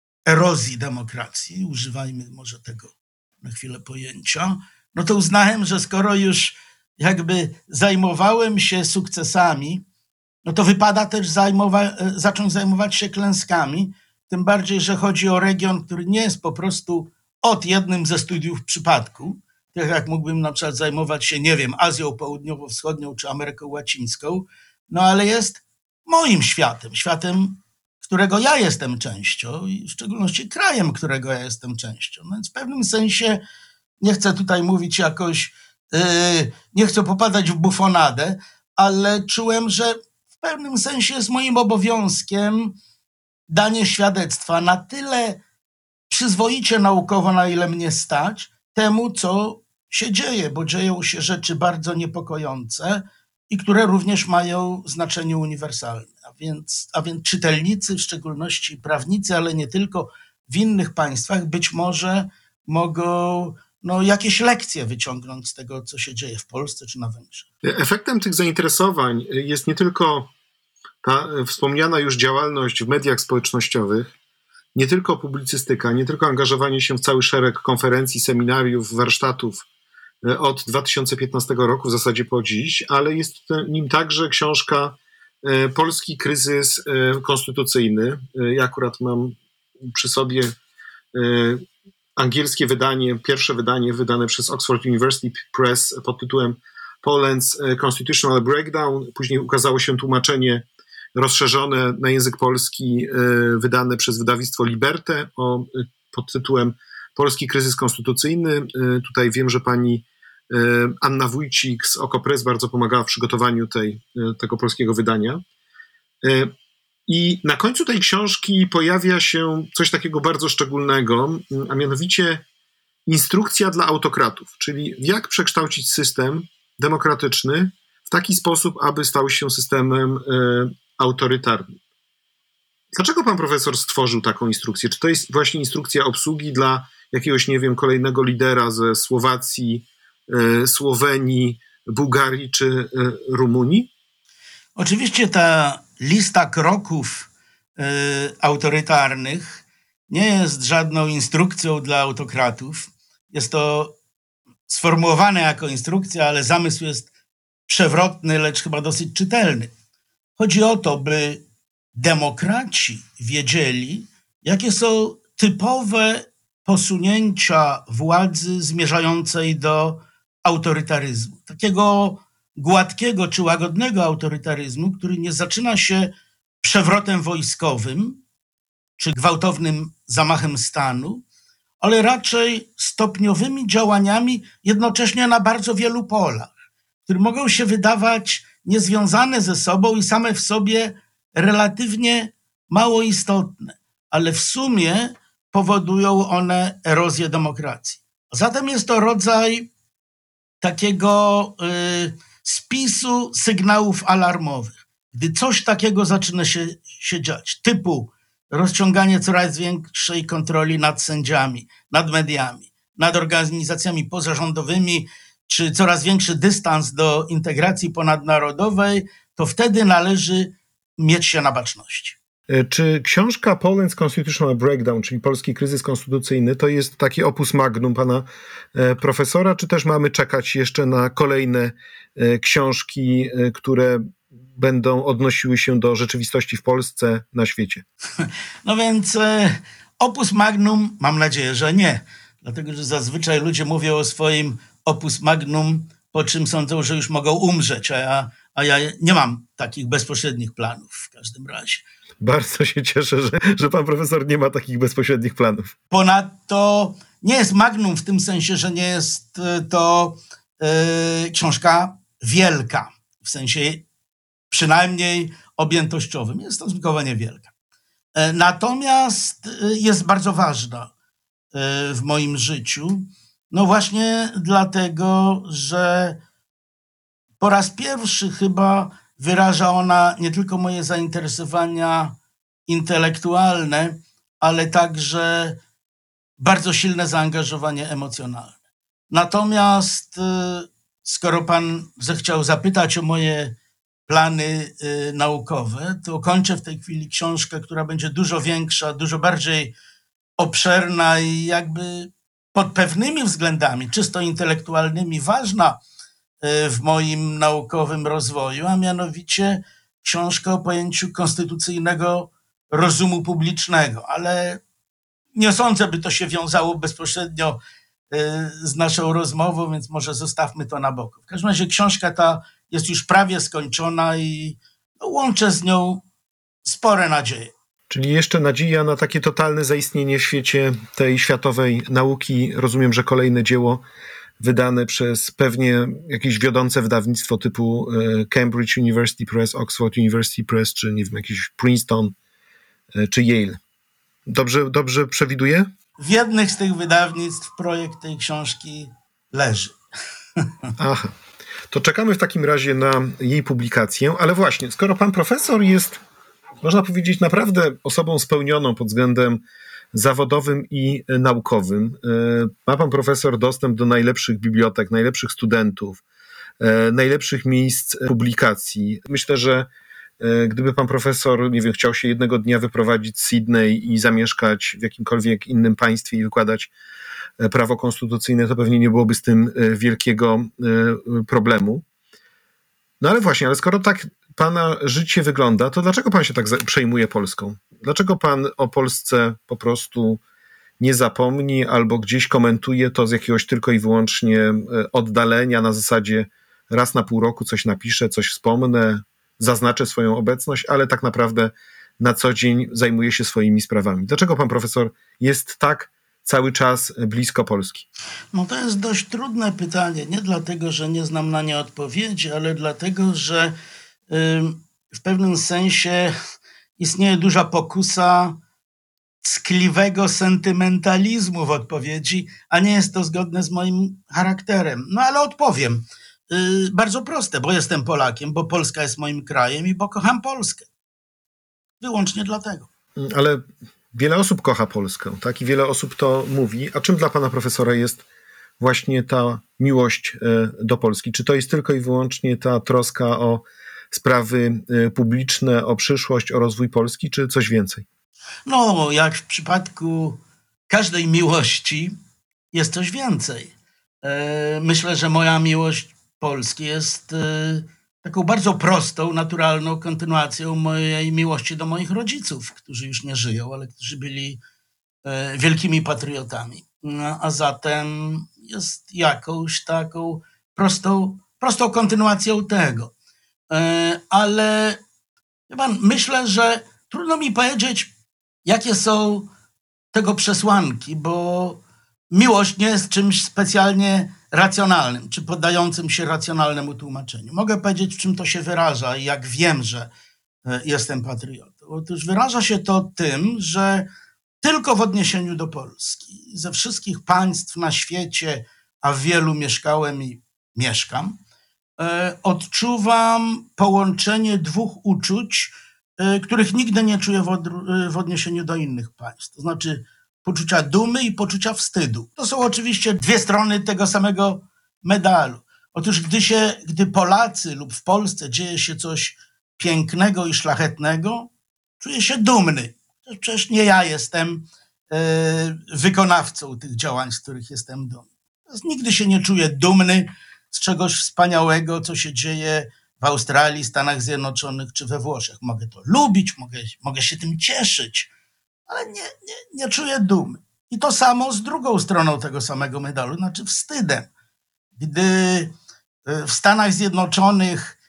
erozji demokracji, używajmy może tego na chwilę pojęcia, no to uznałem, że skoro już jakby zajmowałem się sukcesami, no to wypada też zajmowa- zacząć zajmować się klęskami, tym bardziej, że chodzi o region, który nie jest po prostu od jednym ze studiów w przypadku, tak jak mógłbym na przykład zajmować się, nie wiem, Azją Południowo-Wschodnią czy Ameryką Łacińską, no ale jest moim światem, światem, którego ja jestem częścią i w szczególności krajem, którego ja jestem częścią. No więc w pewnym sensie, nie chcę tutaj mówić jakoś, yy, nie chcę popadać w bufonadę, ale czułem, że w pewnym sensie jest moim obowiązkiem danie świadectwa na tyle przyzwoicie naukowo, na ile mnie stać, temu, co się dzieje, bo dzieją się rzeczy bardzo niepokojące i które również mają znaczenie uniwersalne. A więc, a więc czytelnicy, w szczególności prawnicy, ale nie tylko, w innych państwach być może mogą no, jakieś lekcje wyciągnąć z tego, co się dzieje w Polsce czy na Węgrzech. Efektem tych zainteresowań jest nie tylko ta wspomniana już działalność w mediach społecznościowych, nie tylko publicystyka, nie tylko angażowanie się w cały szereg konferencji, seminariów, warsztatów od dwa tysiące piętnastego roku w zasadzie po dziś, ale jest nim także książka Polski kryzys konstytucyjny. Ja akurat mam przy sobie angielskie wydanie, pierwsze wydanie wydane przez Oxford University Press pod tytułem Poland's Constitutional Breakdown. Później ukazało się tłumaczenie rozszerzone na język polski wydane przez wydawnictwo Liberte o, pod tytułem Polski kryzys konstytucyjny. Tutaj wiem, że pani Anna Wójcik z Okopres bardzo pomagała w przygotowaniu tej, tego polskiego wydania. I na końcu tej książki pojawia się coś takiego bardzo szczególnego, a mianowicie instrukcja dla autokratów, czyli jak przekształcić system demokratyczny w taki sposób, aby stał się systemem autorytarnym. Dlaczego pan profesor stworzył taką instrukcję? Czy to jest właśnie instrukcja obsługi dla jakiegoś, nie wiem, kolejnego lidera ze Słowacji, Słowenii, Bułgarii czy Rumunii? Oczywiście ta lista kroków y, autorytarnych nie jest żadną instrukcją dla autokratów. Jest to sformułowane jako instrukcja, ale zamysł jest przewrotny, lecz chyba dosyć czytelny. Chodzi o to, by demokraci wiedzieli, jakie są typowe posunięcia władzy zmierzającej do autorytaryzmu. Takiego gładkiego czy łagodnego autorytaryzmu, który nie zaczyna się przewrotem wojskowym czy gwałtownym zamachem stanu, ale raczej stopniowymi działaniami jednocześnie na bardzo wielu polach, które mogą się wydawać niezwiązane ze sobą i same w sobie relatywnie mało istotne, ale w sumie powodują one erozję demokracji. Zatem jest to rodzaj takiego y, spisu sygnałów alarmowych. Gdy coś takiego zaczyna się, się dziać, typu rozciąganie coraz większej kontroli nad sędziami, nad mediami, nad organizacjami pozarządowymi, czy coraz większy dystans do integracji ponadnarodowej, to wtedy należy mieć się na baczności. Czy książka Poland's Constitutional Breakdown, czyli Polski kryzys konstytucyjny, to jest taki opus magnum pana profesora, czy też mamy czekać jeszcze na kolejne książki, które będą odnosiły się do rzeczywistości w Polsce, na świecie? No więc e, opus magnum mam nadzieję, że nie. Dlatego, że zazwyczaj ludzie mówią o swoim opus magnum, po czym sądzą, że już mogą umrzeć, a ja, a ja nie mam takich bezpośrednich planów w każdym razie. Bardzo się cieszę, że, że pan profesor nie ma takich bezpośrednich planów. Ponadto nie jest magnum w tym sensie, że nie jest to e, książka wielka, w sensie przynajmniej objętościowym. Jest to zdecydowanie wielka. E, natomiast e, jest bardzo ważna e, w moim życiu. No właśnie dlatego, że po raz pierwszy chyba wyraża ona nie tylko moje zainteresowania intelektualne, ale także bardzo silne zaangażowanie emocjonalne. Natomiast skoro pan zechciał zapytać o moje plany naukowe, to kończę w tej chwili książkę, która będzie dużo większa, dużo bardziej obszerna i jakby pod pewnymi względami, czysto intelektualnymi, ważna w moim naukowym rozwoju, a mianowicie książkę o pojęciu konstytucyjnego rozumu publicznego, ale nie sądzę, by to się wiązało bezpośrednio z naszą rozmową, więc może zostawmy to na boku. W każdym razie książka ta jest już prawie skończona i no, łączę z nią spore nadzieje. Czyli jeszcze nadzieja na takie totalne zaistnienie w świecie tej światowej nauki. Rozumiem, że kolejne dzieło wydane przez pewnie jakieś wiodące wydawnictwo typu Cambridge University Press, Oxford University Press, czy nie wiem, jakiś Princeton, czy Yale. Dobrze, dobrze przewiduję? W jednych z tych wydawnictw projekt tej książki leży. Aha. To czekamy w takim razie na jej publikację, ale właśnie, skoro pan profesor jest, można powiedzieć, naprawdę osobą spełnioną pod względem zawodowym i naukowym. Ma pan profesor dostęp do najlepszych bibliotek, najlepszych studentów, najlepszych miejsc publikacji. Myślę, że gdyby pan profesor, nie wiem, chciał się jednego dnia wyprowadzić z Sydney i zamieszkać w jakimkolwiek innym państwie i wykładać prawo konstytucyjne, to pewnie nie byłoby z tym wielkiego problemu. No ale właśnie, ale skoro tak pana życie wygląda, to dlaczego pan się tak przejmuje Polską? Dlaczego pan o Polsce po prostu nie zapomni albo gdzieś komentuje to z jakiegoś tylko i wyłącznie oddalenia na zasadzie raz na pół roku coś napiszę, coś wspomnę, zaznaczę swoją obecność, ale tak naprawdę na co dzień zajmuje się swoimi sprawami. Dlaczego pan profesor jest tak cały czas blisko Polski? No to jest dość trudne pytanie. Nie dlatego, że nie znam na nie odpowiedzi, ale dlatego, że w pewnym sensie istnieje duża pokusa tkliwego sentymentalizmu w odpowiedzi, a nie jest to zgodne z moim charakterem. No ale odpowiem. Bardzo proste, bo jestem Polakiem, bo Polska jest moim krajem i bo kocham Polskę. Wyłącznie dlatego. Ale wiele osób kocha Polskę, tak? I wiele osób to mówi. A czym dla pana profesora jest właśnie ta miłość do Polski? Czy to jest tylko i wyłącznie ta troska o sprawy publiczne, o przyszłość, o rozwój Polski, czy coś więcej? No, jak w przypadku każdej miłości jest coś więcej. Myślę, że moja miłość Polski jest taką bardzo prostą, naturalną kontynuacją mojej miłości do moich rodziców, którzy już nie żyją, ale którzy byli wielkimi patriotami. No, a zatem jest jakąś taką prostą, prostą kontynuacją tego. Ale wie pan, myślę, że trudno mi powiedzieć, jakie są tego przesłanki, bo miłość nie jest czymś specjalnie racjonalnym, czy poddającym się racjonalnemu tłumaczeniu. Mogę powiedzieć, w czym to się wyraża i jak wiem, że jestem patriotą. Otóż wyraża się to tym, że tylko w odniesieniu do Polski, ze wszystkich państw na świecie, a w wielu mieszkałem i mieszkam, odczuwam połączenie dwóch uczuć, których nigdy nie czuję w, odru- w odniesieniu do innych państw. To znaczy poczucia dumy i poczucia wstydu. To są oczywiście dwie strony tego samego medalu. Otóż gdy się, gdy Polacy lub w Polsce dzieje się coś pięknego i szlachetnego, czuję się dumny. Przecież nie ja jestem e, wykonawcą tych działań, z których jestem dumny. Nigdy się nie czuję dumny z czegoś wspaniałego, co się dzieje w Australii, Stanach Zjednoczonych czy we Włoszech. Mogę to lubić, mogę, mogę się tym cieszyć, ale nie, nie, nie czuję dumy. I to samo z drugą stroną tego samego medalu, znaczy wstydem. Gdy w Stanach Zjednoczonych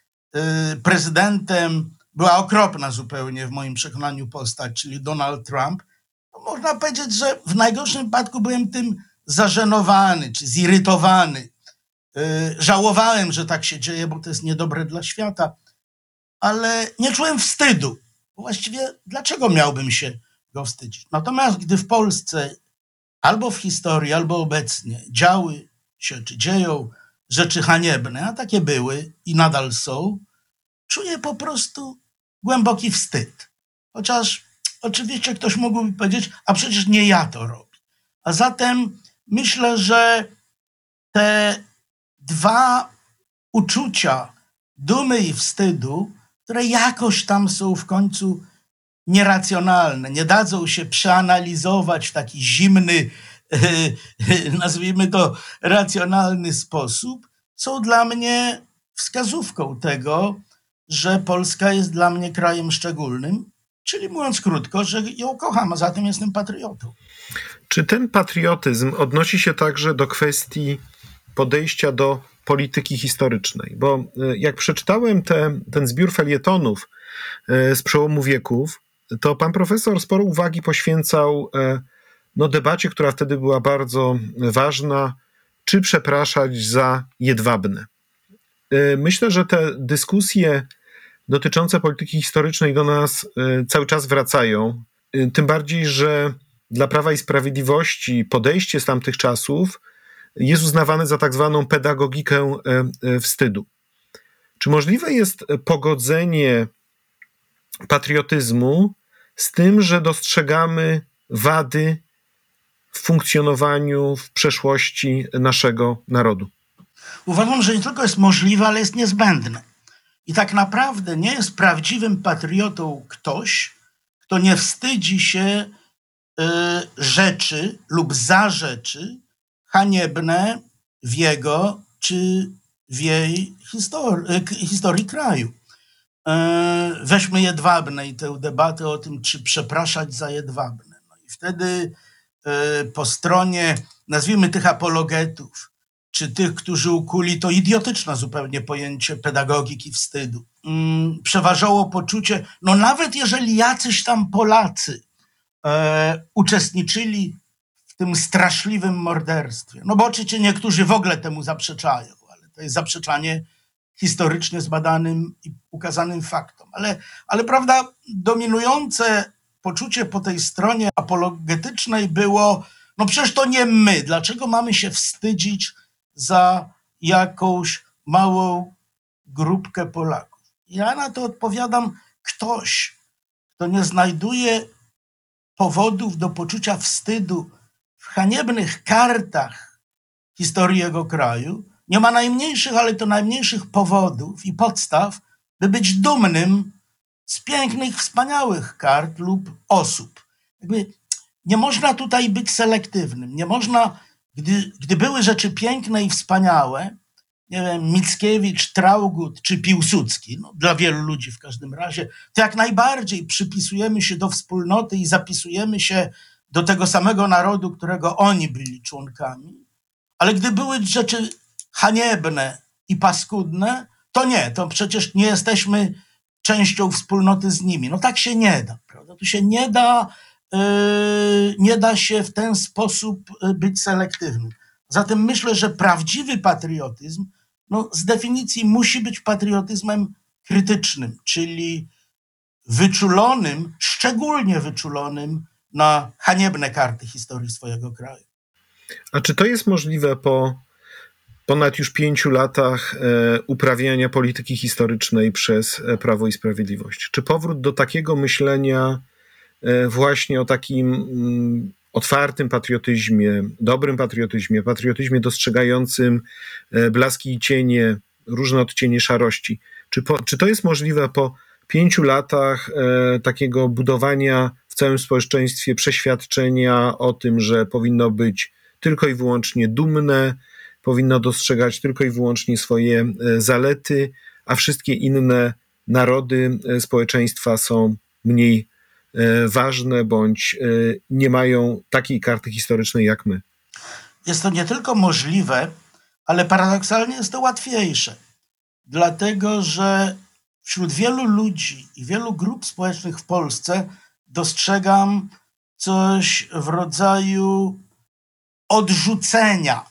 prezydentem była okropna zupełnie w moim przekonaniu postać, czyli Donald Trump, to można powiedzieć, że w najgorszym wypadku byłem tym zażenowany czy zirytowany. Żałowałem, że tak się dzieje, bo to jest niedobre dla świata, ale nie czułem wstydu. Właściwie dlaczego miałbym się go wstydzić? Natomiast gdy w Polsce albo w historii, albo obecnie działy się czy dzieją rzeczy haniebne, a takie były i nadal są, czuję po prostu głęboki wstyd. Chociaż oczywiście ktoś mógłby powiedzieć, a przecież nie ja to robię. A zatem myślę, że te dwa uczucia dumy i wstydu, które jakoś tam są w końcu nieracjonalne, nie dadzą się przeanalizować w taki zimny, nazwijmy to racjonalny sposób, są dla mnie wskazówką tego, że Polska jest dla mnie krajem szczególnym, czyli mówiąc krótko, że ją kocham, a zatem jestem patriotą. Czy ten patriotyzm odnosi się także do kwestii podejścia do polityki historycznej? Bo jak przeczytałem te, ten zbiór felietonów z przełomu wieków, to pan profesor sporo uwagi poświęcał no, debacie, która wtedy była bardzo ważna, czy przepraszać za Jedwabne. Myślę, że te dyskusje dotyczące polityki historycznej do nas cały czas wracają. Tym bardziej, że dla Prawa i Sprawiedliwości podejście z tamtych czasów jest uznawane za tak zwaną pedagogikę wstydu. Czy możliwe jest pogodzenie patriotyzmu z tym, że dostrzegamy wady w funkcjonowaniu w przeszłości naszego narodu? Uważam, że nie tylko jest możliwe, ale jest niezbędne. I tak naprawdę nie jest prawdziwym patriotą ktoś, kto nie wstydzi się y, rzeczy lub za rzeczy haniebne w jego czy w jej historii, historii kraju. Weźmy Jedwabne i tę debatę o tym, czy przepraszać za Jedwabne. No i wtedy po stronie, nazwijmy tych apologetów, czy tych, którzy ukuli to idiotyczne zupełnie pojęcie pedagogiki wstydu, przeważało poczucie, no nawet jeżeli jacyś tam Polacy e, uczestniczyli w tym straszliwym morderstwie, no bo oczywiście niektórzy w ogóle temu zaprzeczają, ale to jest zaprzeczanie historycznie zbadanym i ukazanym faktom. Ale, ale prawda, dominujące poczucie po tej stronie apologetycznej było, no przecież to nie my, dlaczego mamy się wstydzić za jakąś małą grupkę Polaków? Ja na to odpowiadam, ktoś, kto nie znajduje powodów do poczucia wstydu w haniebnych kartach historii jego kraju, nie ma najmniejszych, ale to najmniejszych powodów i podstaw, by być dumnym z pięknych, wspaniałych kart lub osób. Jakby nie można tutaj być selektywnym. Nie można, gdy, gdy były rzeczy piękne i wspaniałe, nie wiem, Mickiewicz, Traugott czy Piłsudski, no, dla wielu ludzi w każdym razie, to jak najbardziej przypisujemy się do wspólnoty i zapisujemy się do tego samego narodu, którego oni byli członkami. Ale gdy były rzeczy haniebne i paskudne, to nie, to przecież nie jesteśmy częścią wspólnoty z nimi. No tak się nie da, prawda? Tu się nie da, yy, nie da się w ten sposób być selektywnym. Zatem myślę, że prawdziwy patriotyzm, no z definicji musi być patriotyzmem krytycznym, czyli wyczulonym, szczególnie wyczulonym na haniebne karty historii swojego kraju. A czy to jest możliwe po ponad już pięciu latach e, uprawiania polityki historycznej przez Prawo i Sprawiedliwość? Czy powrót do takiego myślenia e, właśnie o takim mm, otwartym patriotyzmie, dobrym patriotyzmie, patriotyzmie dostrzegającym e, blaski i cienie, różne odcienie szarości, czy, po, czy to jest możliwe po pięciu latach e, takiego budowania w całym społeczeństwie przeświadczenia o tym, że powinno być tylko i wyłącznie dumne, powinno dostrzegać tylko i wyłącznie swoje zalety, a wszystkie inne narody społeczeństwa są mniej ważne bądź nie mają takiej karty historycznej jak my? Jest to nie tylko możliwe, ale paradoksalnie jest to łatwiejsze. Dlatego, że wśród wielu ludzi i wielu grup społecznych w Polsce dostrzegam coś w rodzaju odrzucenia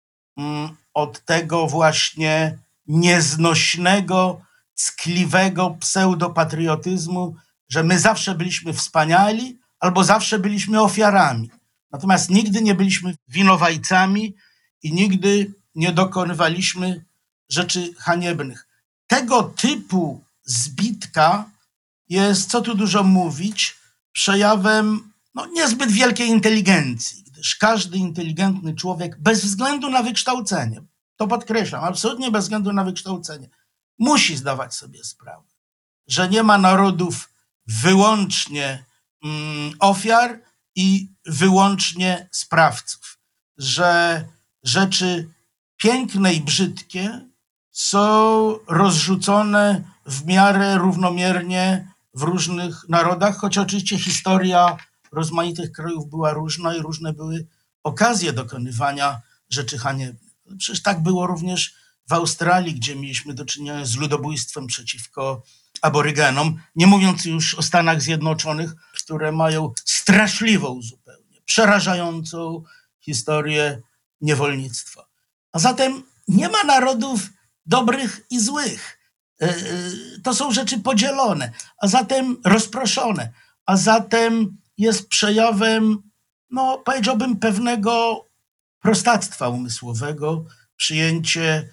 od tego właśnie nieznośnego, ckliwego pseudopatriotyzmu, że my zawsze byliśmy wspaniali albo zawsze byliśmy ofiarami. Natomiast nigdy nie byliśmy winowajcami i nigdy nie dokonywaliśmy rzeczy haniebnych. Tego typu zbitka jest, co tu dużo mówić, przejawem no, niezbyt wielkiej inteligencji, gdyż każdy inteligentny człowiek, bez względu na wykształcenie, to podkreślam, absolutnie bez względu na wykształcenie, musi zdawać sobie sprawę, że nie ma narodów wyłącznie mm, ofiar i wyłącznie sprawców, że rzeczy piękne i brzydkie są rozrzucone w miarę równomiernie w różnych narodach, choć oczywiście historia rozmaitych krajów była różna i różne były okazje dokonywania rzeczy haniebnych. Przecież tak było również w Australii, gdzie mieliśmy do czynienia z ludobójstwem przeciwko aborygenom, nie mówiąc już o Stanach Zjednoczonych, które mają straszliwą zupełnie, przerażającą historię niewolnictwa. A zatem nie ma narodów dobrych i złych. To są rzeczy podzielone, a zatem rozproszone, a zatem jest przejawem, no powiedziałbym, pewnego prostactwa umysłowego, przyjęcie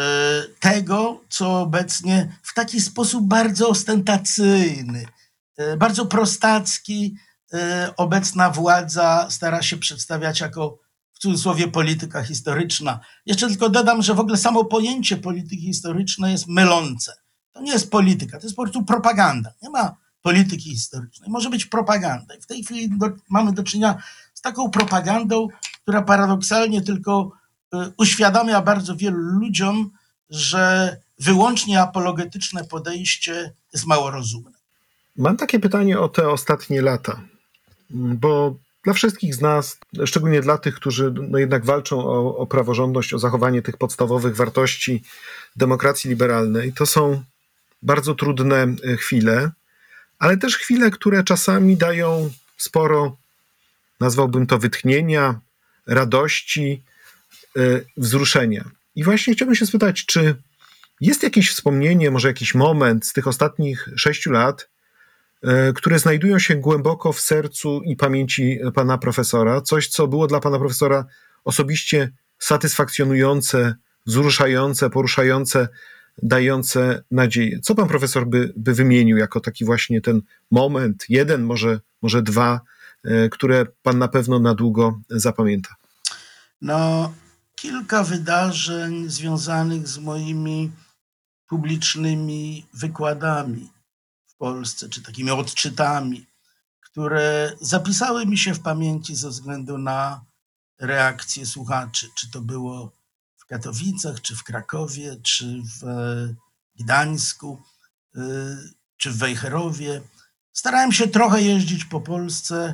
tego, co obecnie w taki sposób bardzo ostentacyjny, bardzo prostacki obecna władza stara się przedstawiać jako, w cudzysłowie, polityka historyczna. Jeszcze tylko dodam, że w ogóle samo pojęcie polityki historycznej jest mylące. To nie jest polityka, to jest po prostu propaganda. Nie ma polityki historycznej. Może być propaganda. I w tej chwili do, mamy do czynienia z taką propagandą, która paradoksalnie tylko y, uświadamia bardzo wielu ludziom, że wyłącznie apologetyczne podejście jest mało rozumne. Mam takie pytanie o te ostatnie lata, bo dla wszystkich z nas, szczególnie dla tych, którzy no jednak walczą o, o praworządność, o zachowanie tych podstawowych wartości demokracji liberalnej, to są bardzo trudne chwile, ale też chwile, które czasami dają sporo, nazwałbym to, wytchnienia, radości, wzruszenia. I właśnie chciałbym się spytać, czy jest jakieś wspomnienie, może jakiś moment z tych ostatnich sześciu lat, które znajdują się głęboko w sercu i pamięci pana profesora, coś, co było dla pana profesora osobiście satysfakcjonujące, wzruszające, poruszające, dające nadzieję. Co pan profesor by, by wymienił jako taki właśnie ten moment, jeden, może, może dwa, które pan na pewno na długo zapamięta? No, kilka wydarzeń związanych z moimi publicznymi wykładami w Polsce, czy takimi odczytami, które zapisały mi się w pamięci ze względu na reakcje słuchaczy. Czy to było w Katowicach, czy w Krakowie, czy w Gdańsku, czy w Wejherowie. Starałem się trochę jeździć po Polsce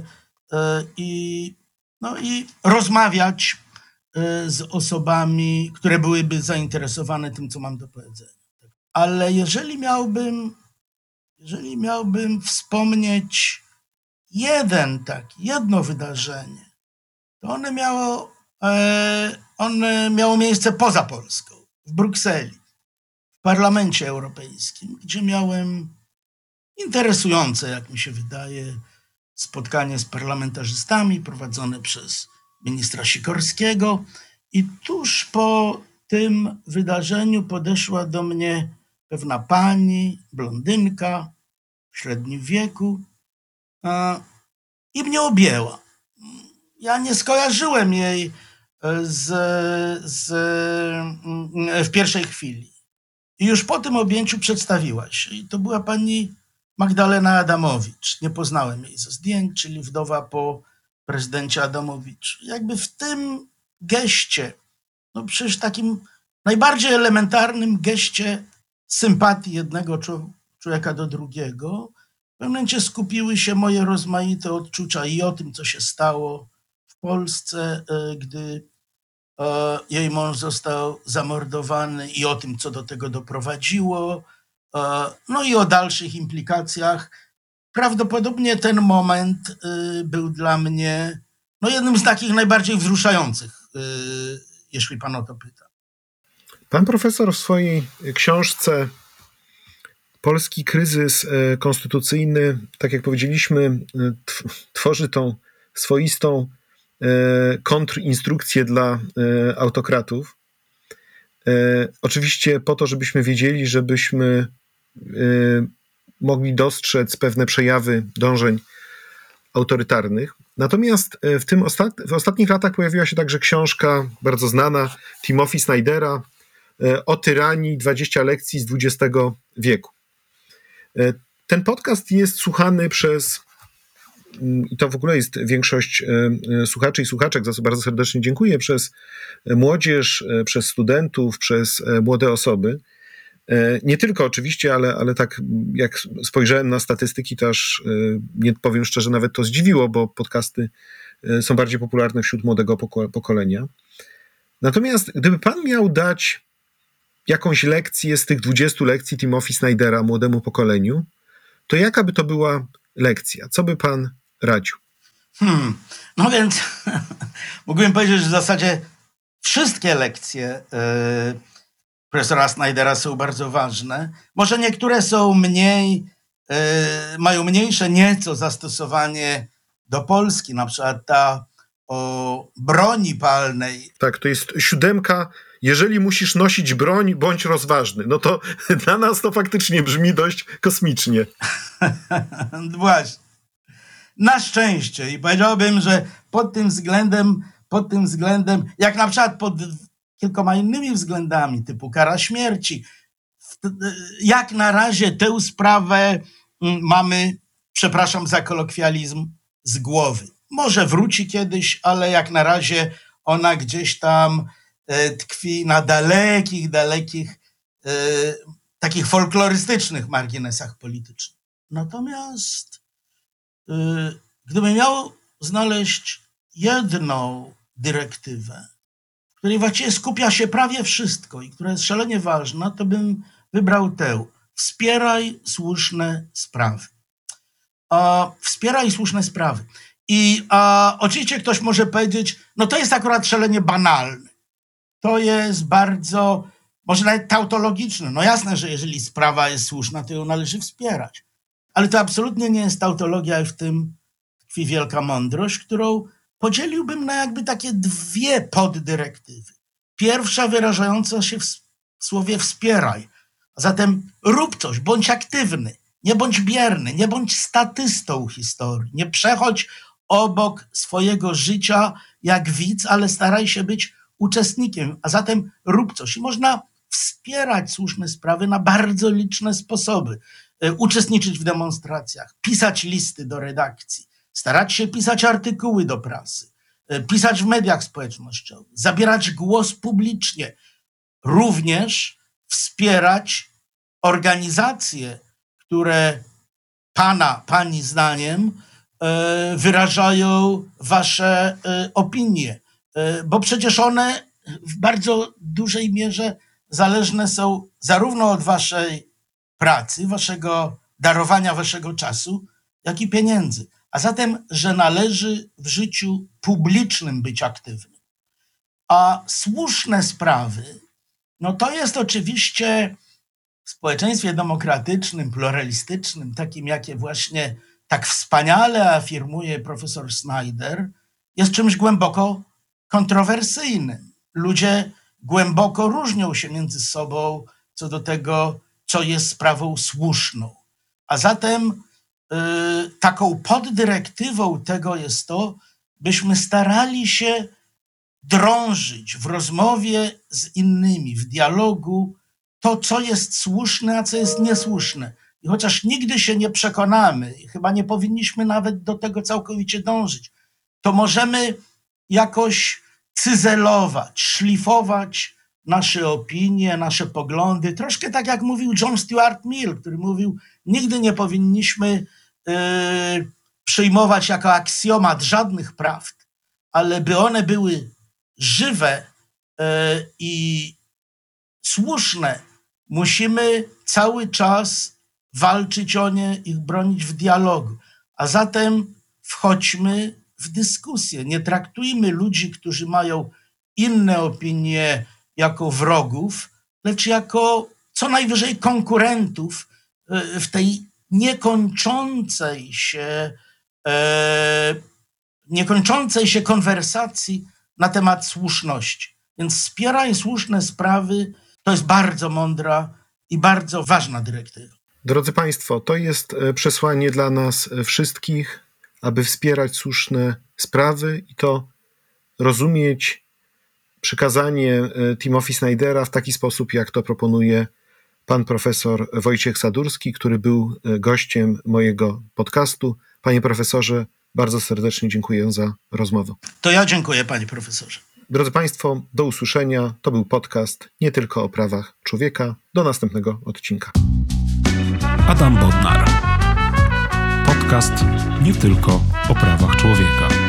i, no i rozmawiać z osobami, które byłyby zainteresowane tym, co mam do powiedzenia. Ale jeżeli miałbym, jeżeli miałbym wspomnieć jeden taki, jedno wydarzenie, to one miało, e, one miało miejsce poza Polską, w Brukseli, w Parlamencie Europejskim, gdzie miałem interesujące, jak mi się wydaje, spotkanie z parlamentarzystami prowadzone przez ministra Sikorskiego i tuż po tym wydarzeniu podeszła do mnie pewna pani, blondynka w średnim wieku i mnie objęła. Ja nie skojarzyłem jej z, z, w pierwszej chwili. I już po tym objęciu przedstawiła się. I to była pani Magdalena Adamowicz. Nie poznałem jej ze zdjęć, czyli wdowa po prezydencie Adamowiczu. Jakby w tym geście, no przecież takim najbardziej elementarnym geście sympatii jednego człowieka do drugiego, w pewnym momencie skupiły się moje rozmaite odczucia i o tym, co się stało w Polsce, gdy jej mąż został zamordowany, i o tym, co do tego doprowadziło, no i o dalszych implikacjach. Prawdopodobnie ten moment był dla mnie no jednym z takich najbardziej wzruszających, jeśli pan o to pyta. Pan profesor w swojej książce Polski kryzys konstytucyjny, tak jak powiedzieliśmy, tworzy tą swoistą kontrinstrukcję dla autokratów. Oczywiście po to, żebyśmy wiedzieli, żebyśmy mogli dostrzec pewne przejawy dążeń autorytarnych. Natomiast w, tym ostat- w ostatnich latach pojawiła się także książka bardzo znana Timothy Snydera o tyranii dwadzieścia lekcji z dwudziestego wieku. Ten podcast jest słuchany przez, i to w ogóle jest większość słuchaczy i słuchaczek, za co bardzo serdecznie dziękuję, przez młodzież, przez studentów, przez młode osoby. Nie tylko oczywiście, ale, ale tak jak spojrzałem na statystyki, to aż nie powiem szczerze, nawet to zdziwiło, bo podcasty są bardziej popularne wśród młodego pokolenia. Natomiast gdyby pan miał dać jakąś lekcję z tych dwudziestu lekcji Timothy Snydera młodemu pokoleniu, to jaka by to była lekcja? Co by pan radził? Hmm, no więc mógłbym powiedzieć, że w zasadzie wszystkie lekcje yy, profesora Snydera są bardzo ważne. Może niektóre są mniej, yy, mają mniejsze nieco zastosowanie do Polski, na przykład ta o broni palnej. Tak, to jest siódemka. Jeżeli musisz nosić broń, bądź rozważny. No to dla nas to faktycznie brzmi dość kosmicznie. Właśnie. Na szczęście. I powiedziałbym, że pod tym względem, pod tym względem, jak na przykład pod kilkoma innymi względami, typu kara śmierci, jak na razie tę sprawę mamy, przepraszam za kolokwializm, z głowy. Może wróci kiedyś, ale jak na razie ona gdzieś tam tkwi na dalekich, dalekich, e, takich folklorystycznych marginesach politycznych. Natomiast e, gdybym miał znaleźć jedną dyrektywę, w której właściwie skupia się prawie wszystko i która jest szalenie ważna, to bym wybrał tę. Wspieraj słuszne sprawy. A, wspieraj słuszne sprawy. I a, oczywiście ktoś może powiedzieć, no to jest akurat szalenie banalne. To jest bardzo, może nawet tautologiczne. No jasne, że jeżeli sprawa jest słuszna, to ją należy wspierać. Ale to absolutnie nie jest tautologia i w tym tkwi wielka mądrość, którą podzieliłbym na jakby takie dwie poddyrektywy. Pierwsza wyrażająca się w słowie wspieraj. A zatem rób coś, bądź aktywny, nie bądź bierny, nie bądź statystą historii. Nie przechodź obok swojego życia jak widz, ale staraj się być uczestnikiem, a zatem rób coś. I można wspierać słuszne sprawy na bardzo liczne sposoby. Uczestniczyć w demonstracjach, pisać listy do redakcji, starać się pisać artykuły do prasy, pisać w mediach społecznościowych, zabierać głos publicznie. Również wspierać organizacje, które pana, pani zdaniem wyrażają wasze opinie. Bo przecież one w bardzo dużej mierze zależne są zarówno od waszej pracy, waszego darowania, waszego czasu, jak i pieniędzy. A zatem, że należy w życiu publicznym być aktywnym. A słuszne sprawy, no to jest oczywiście w społeczeństwie demokratycznym, pluralistycznym, takim jakie właśnie tak wspaniale afirmuje profesor Snyder, jest czymś głęboko kontrowersyjnym. Ludzie głęboko różnią się między sobą co do tego, co jest sprawą słuszną. A zatem yy, taką poddyrektywą tego jest to, byśmy starali się drążyć w rozmowie z innymi, w dialogu to, co jest słuszne, a co jest niesłuszne. I chociaż nigdy się nie przekonamy, i chyba nie powinniśmy nawet do tego całkowicie dążyć, to możemy jakoś cyzelować, szlifować nasze opinie, nasze poglądy. Troszkę tak jak mówił John Stuart Mill, który mówił, nigdy nie powinniśmy yy, przyjmować jako aksjomat żadnych prawd, ale by one były żywe yy, i słuszne, musimy cały czas walczyć o nie, ich bronić w dialogu. A zatem wchodźmy w dyskusję. Nie traktujmy ludzi, którzy mają inne opinie, jako wrogów, lecz jako co najwyżej konkurentów w tej niekończącej się, e, niekończącej się konwersacji na temat słuszności. Więc wspieraj słuszne sprawy, to jest bardzo mądra i bardzo ważna dyrektywa. Drodzy Państwo, to jest przesłanie dla nas wszystkich, aby wspierać słuszne sprawy i to rozumieć przykazanie Timothy Snydera w taki sposób, jak to proponuje pan profesor Wojciech Sadurski, który był gościem mojego podcastu. Panie profesorze, bardzo serdecznie dziękuję za rozmowę. To ja dziękuję, panie profesorze. Drodzy Państwo, do usłyszenia. To był podcast Nie tylko o prawach człowieka. Do następnego odcinka. Adam Bodnar. Podcast Nie tylko o prawach człowieka.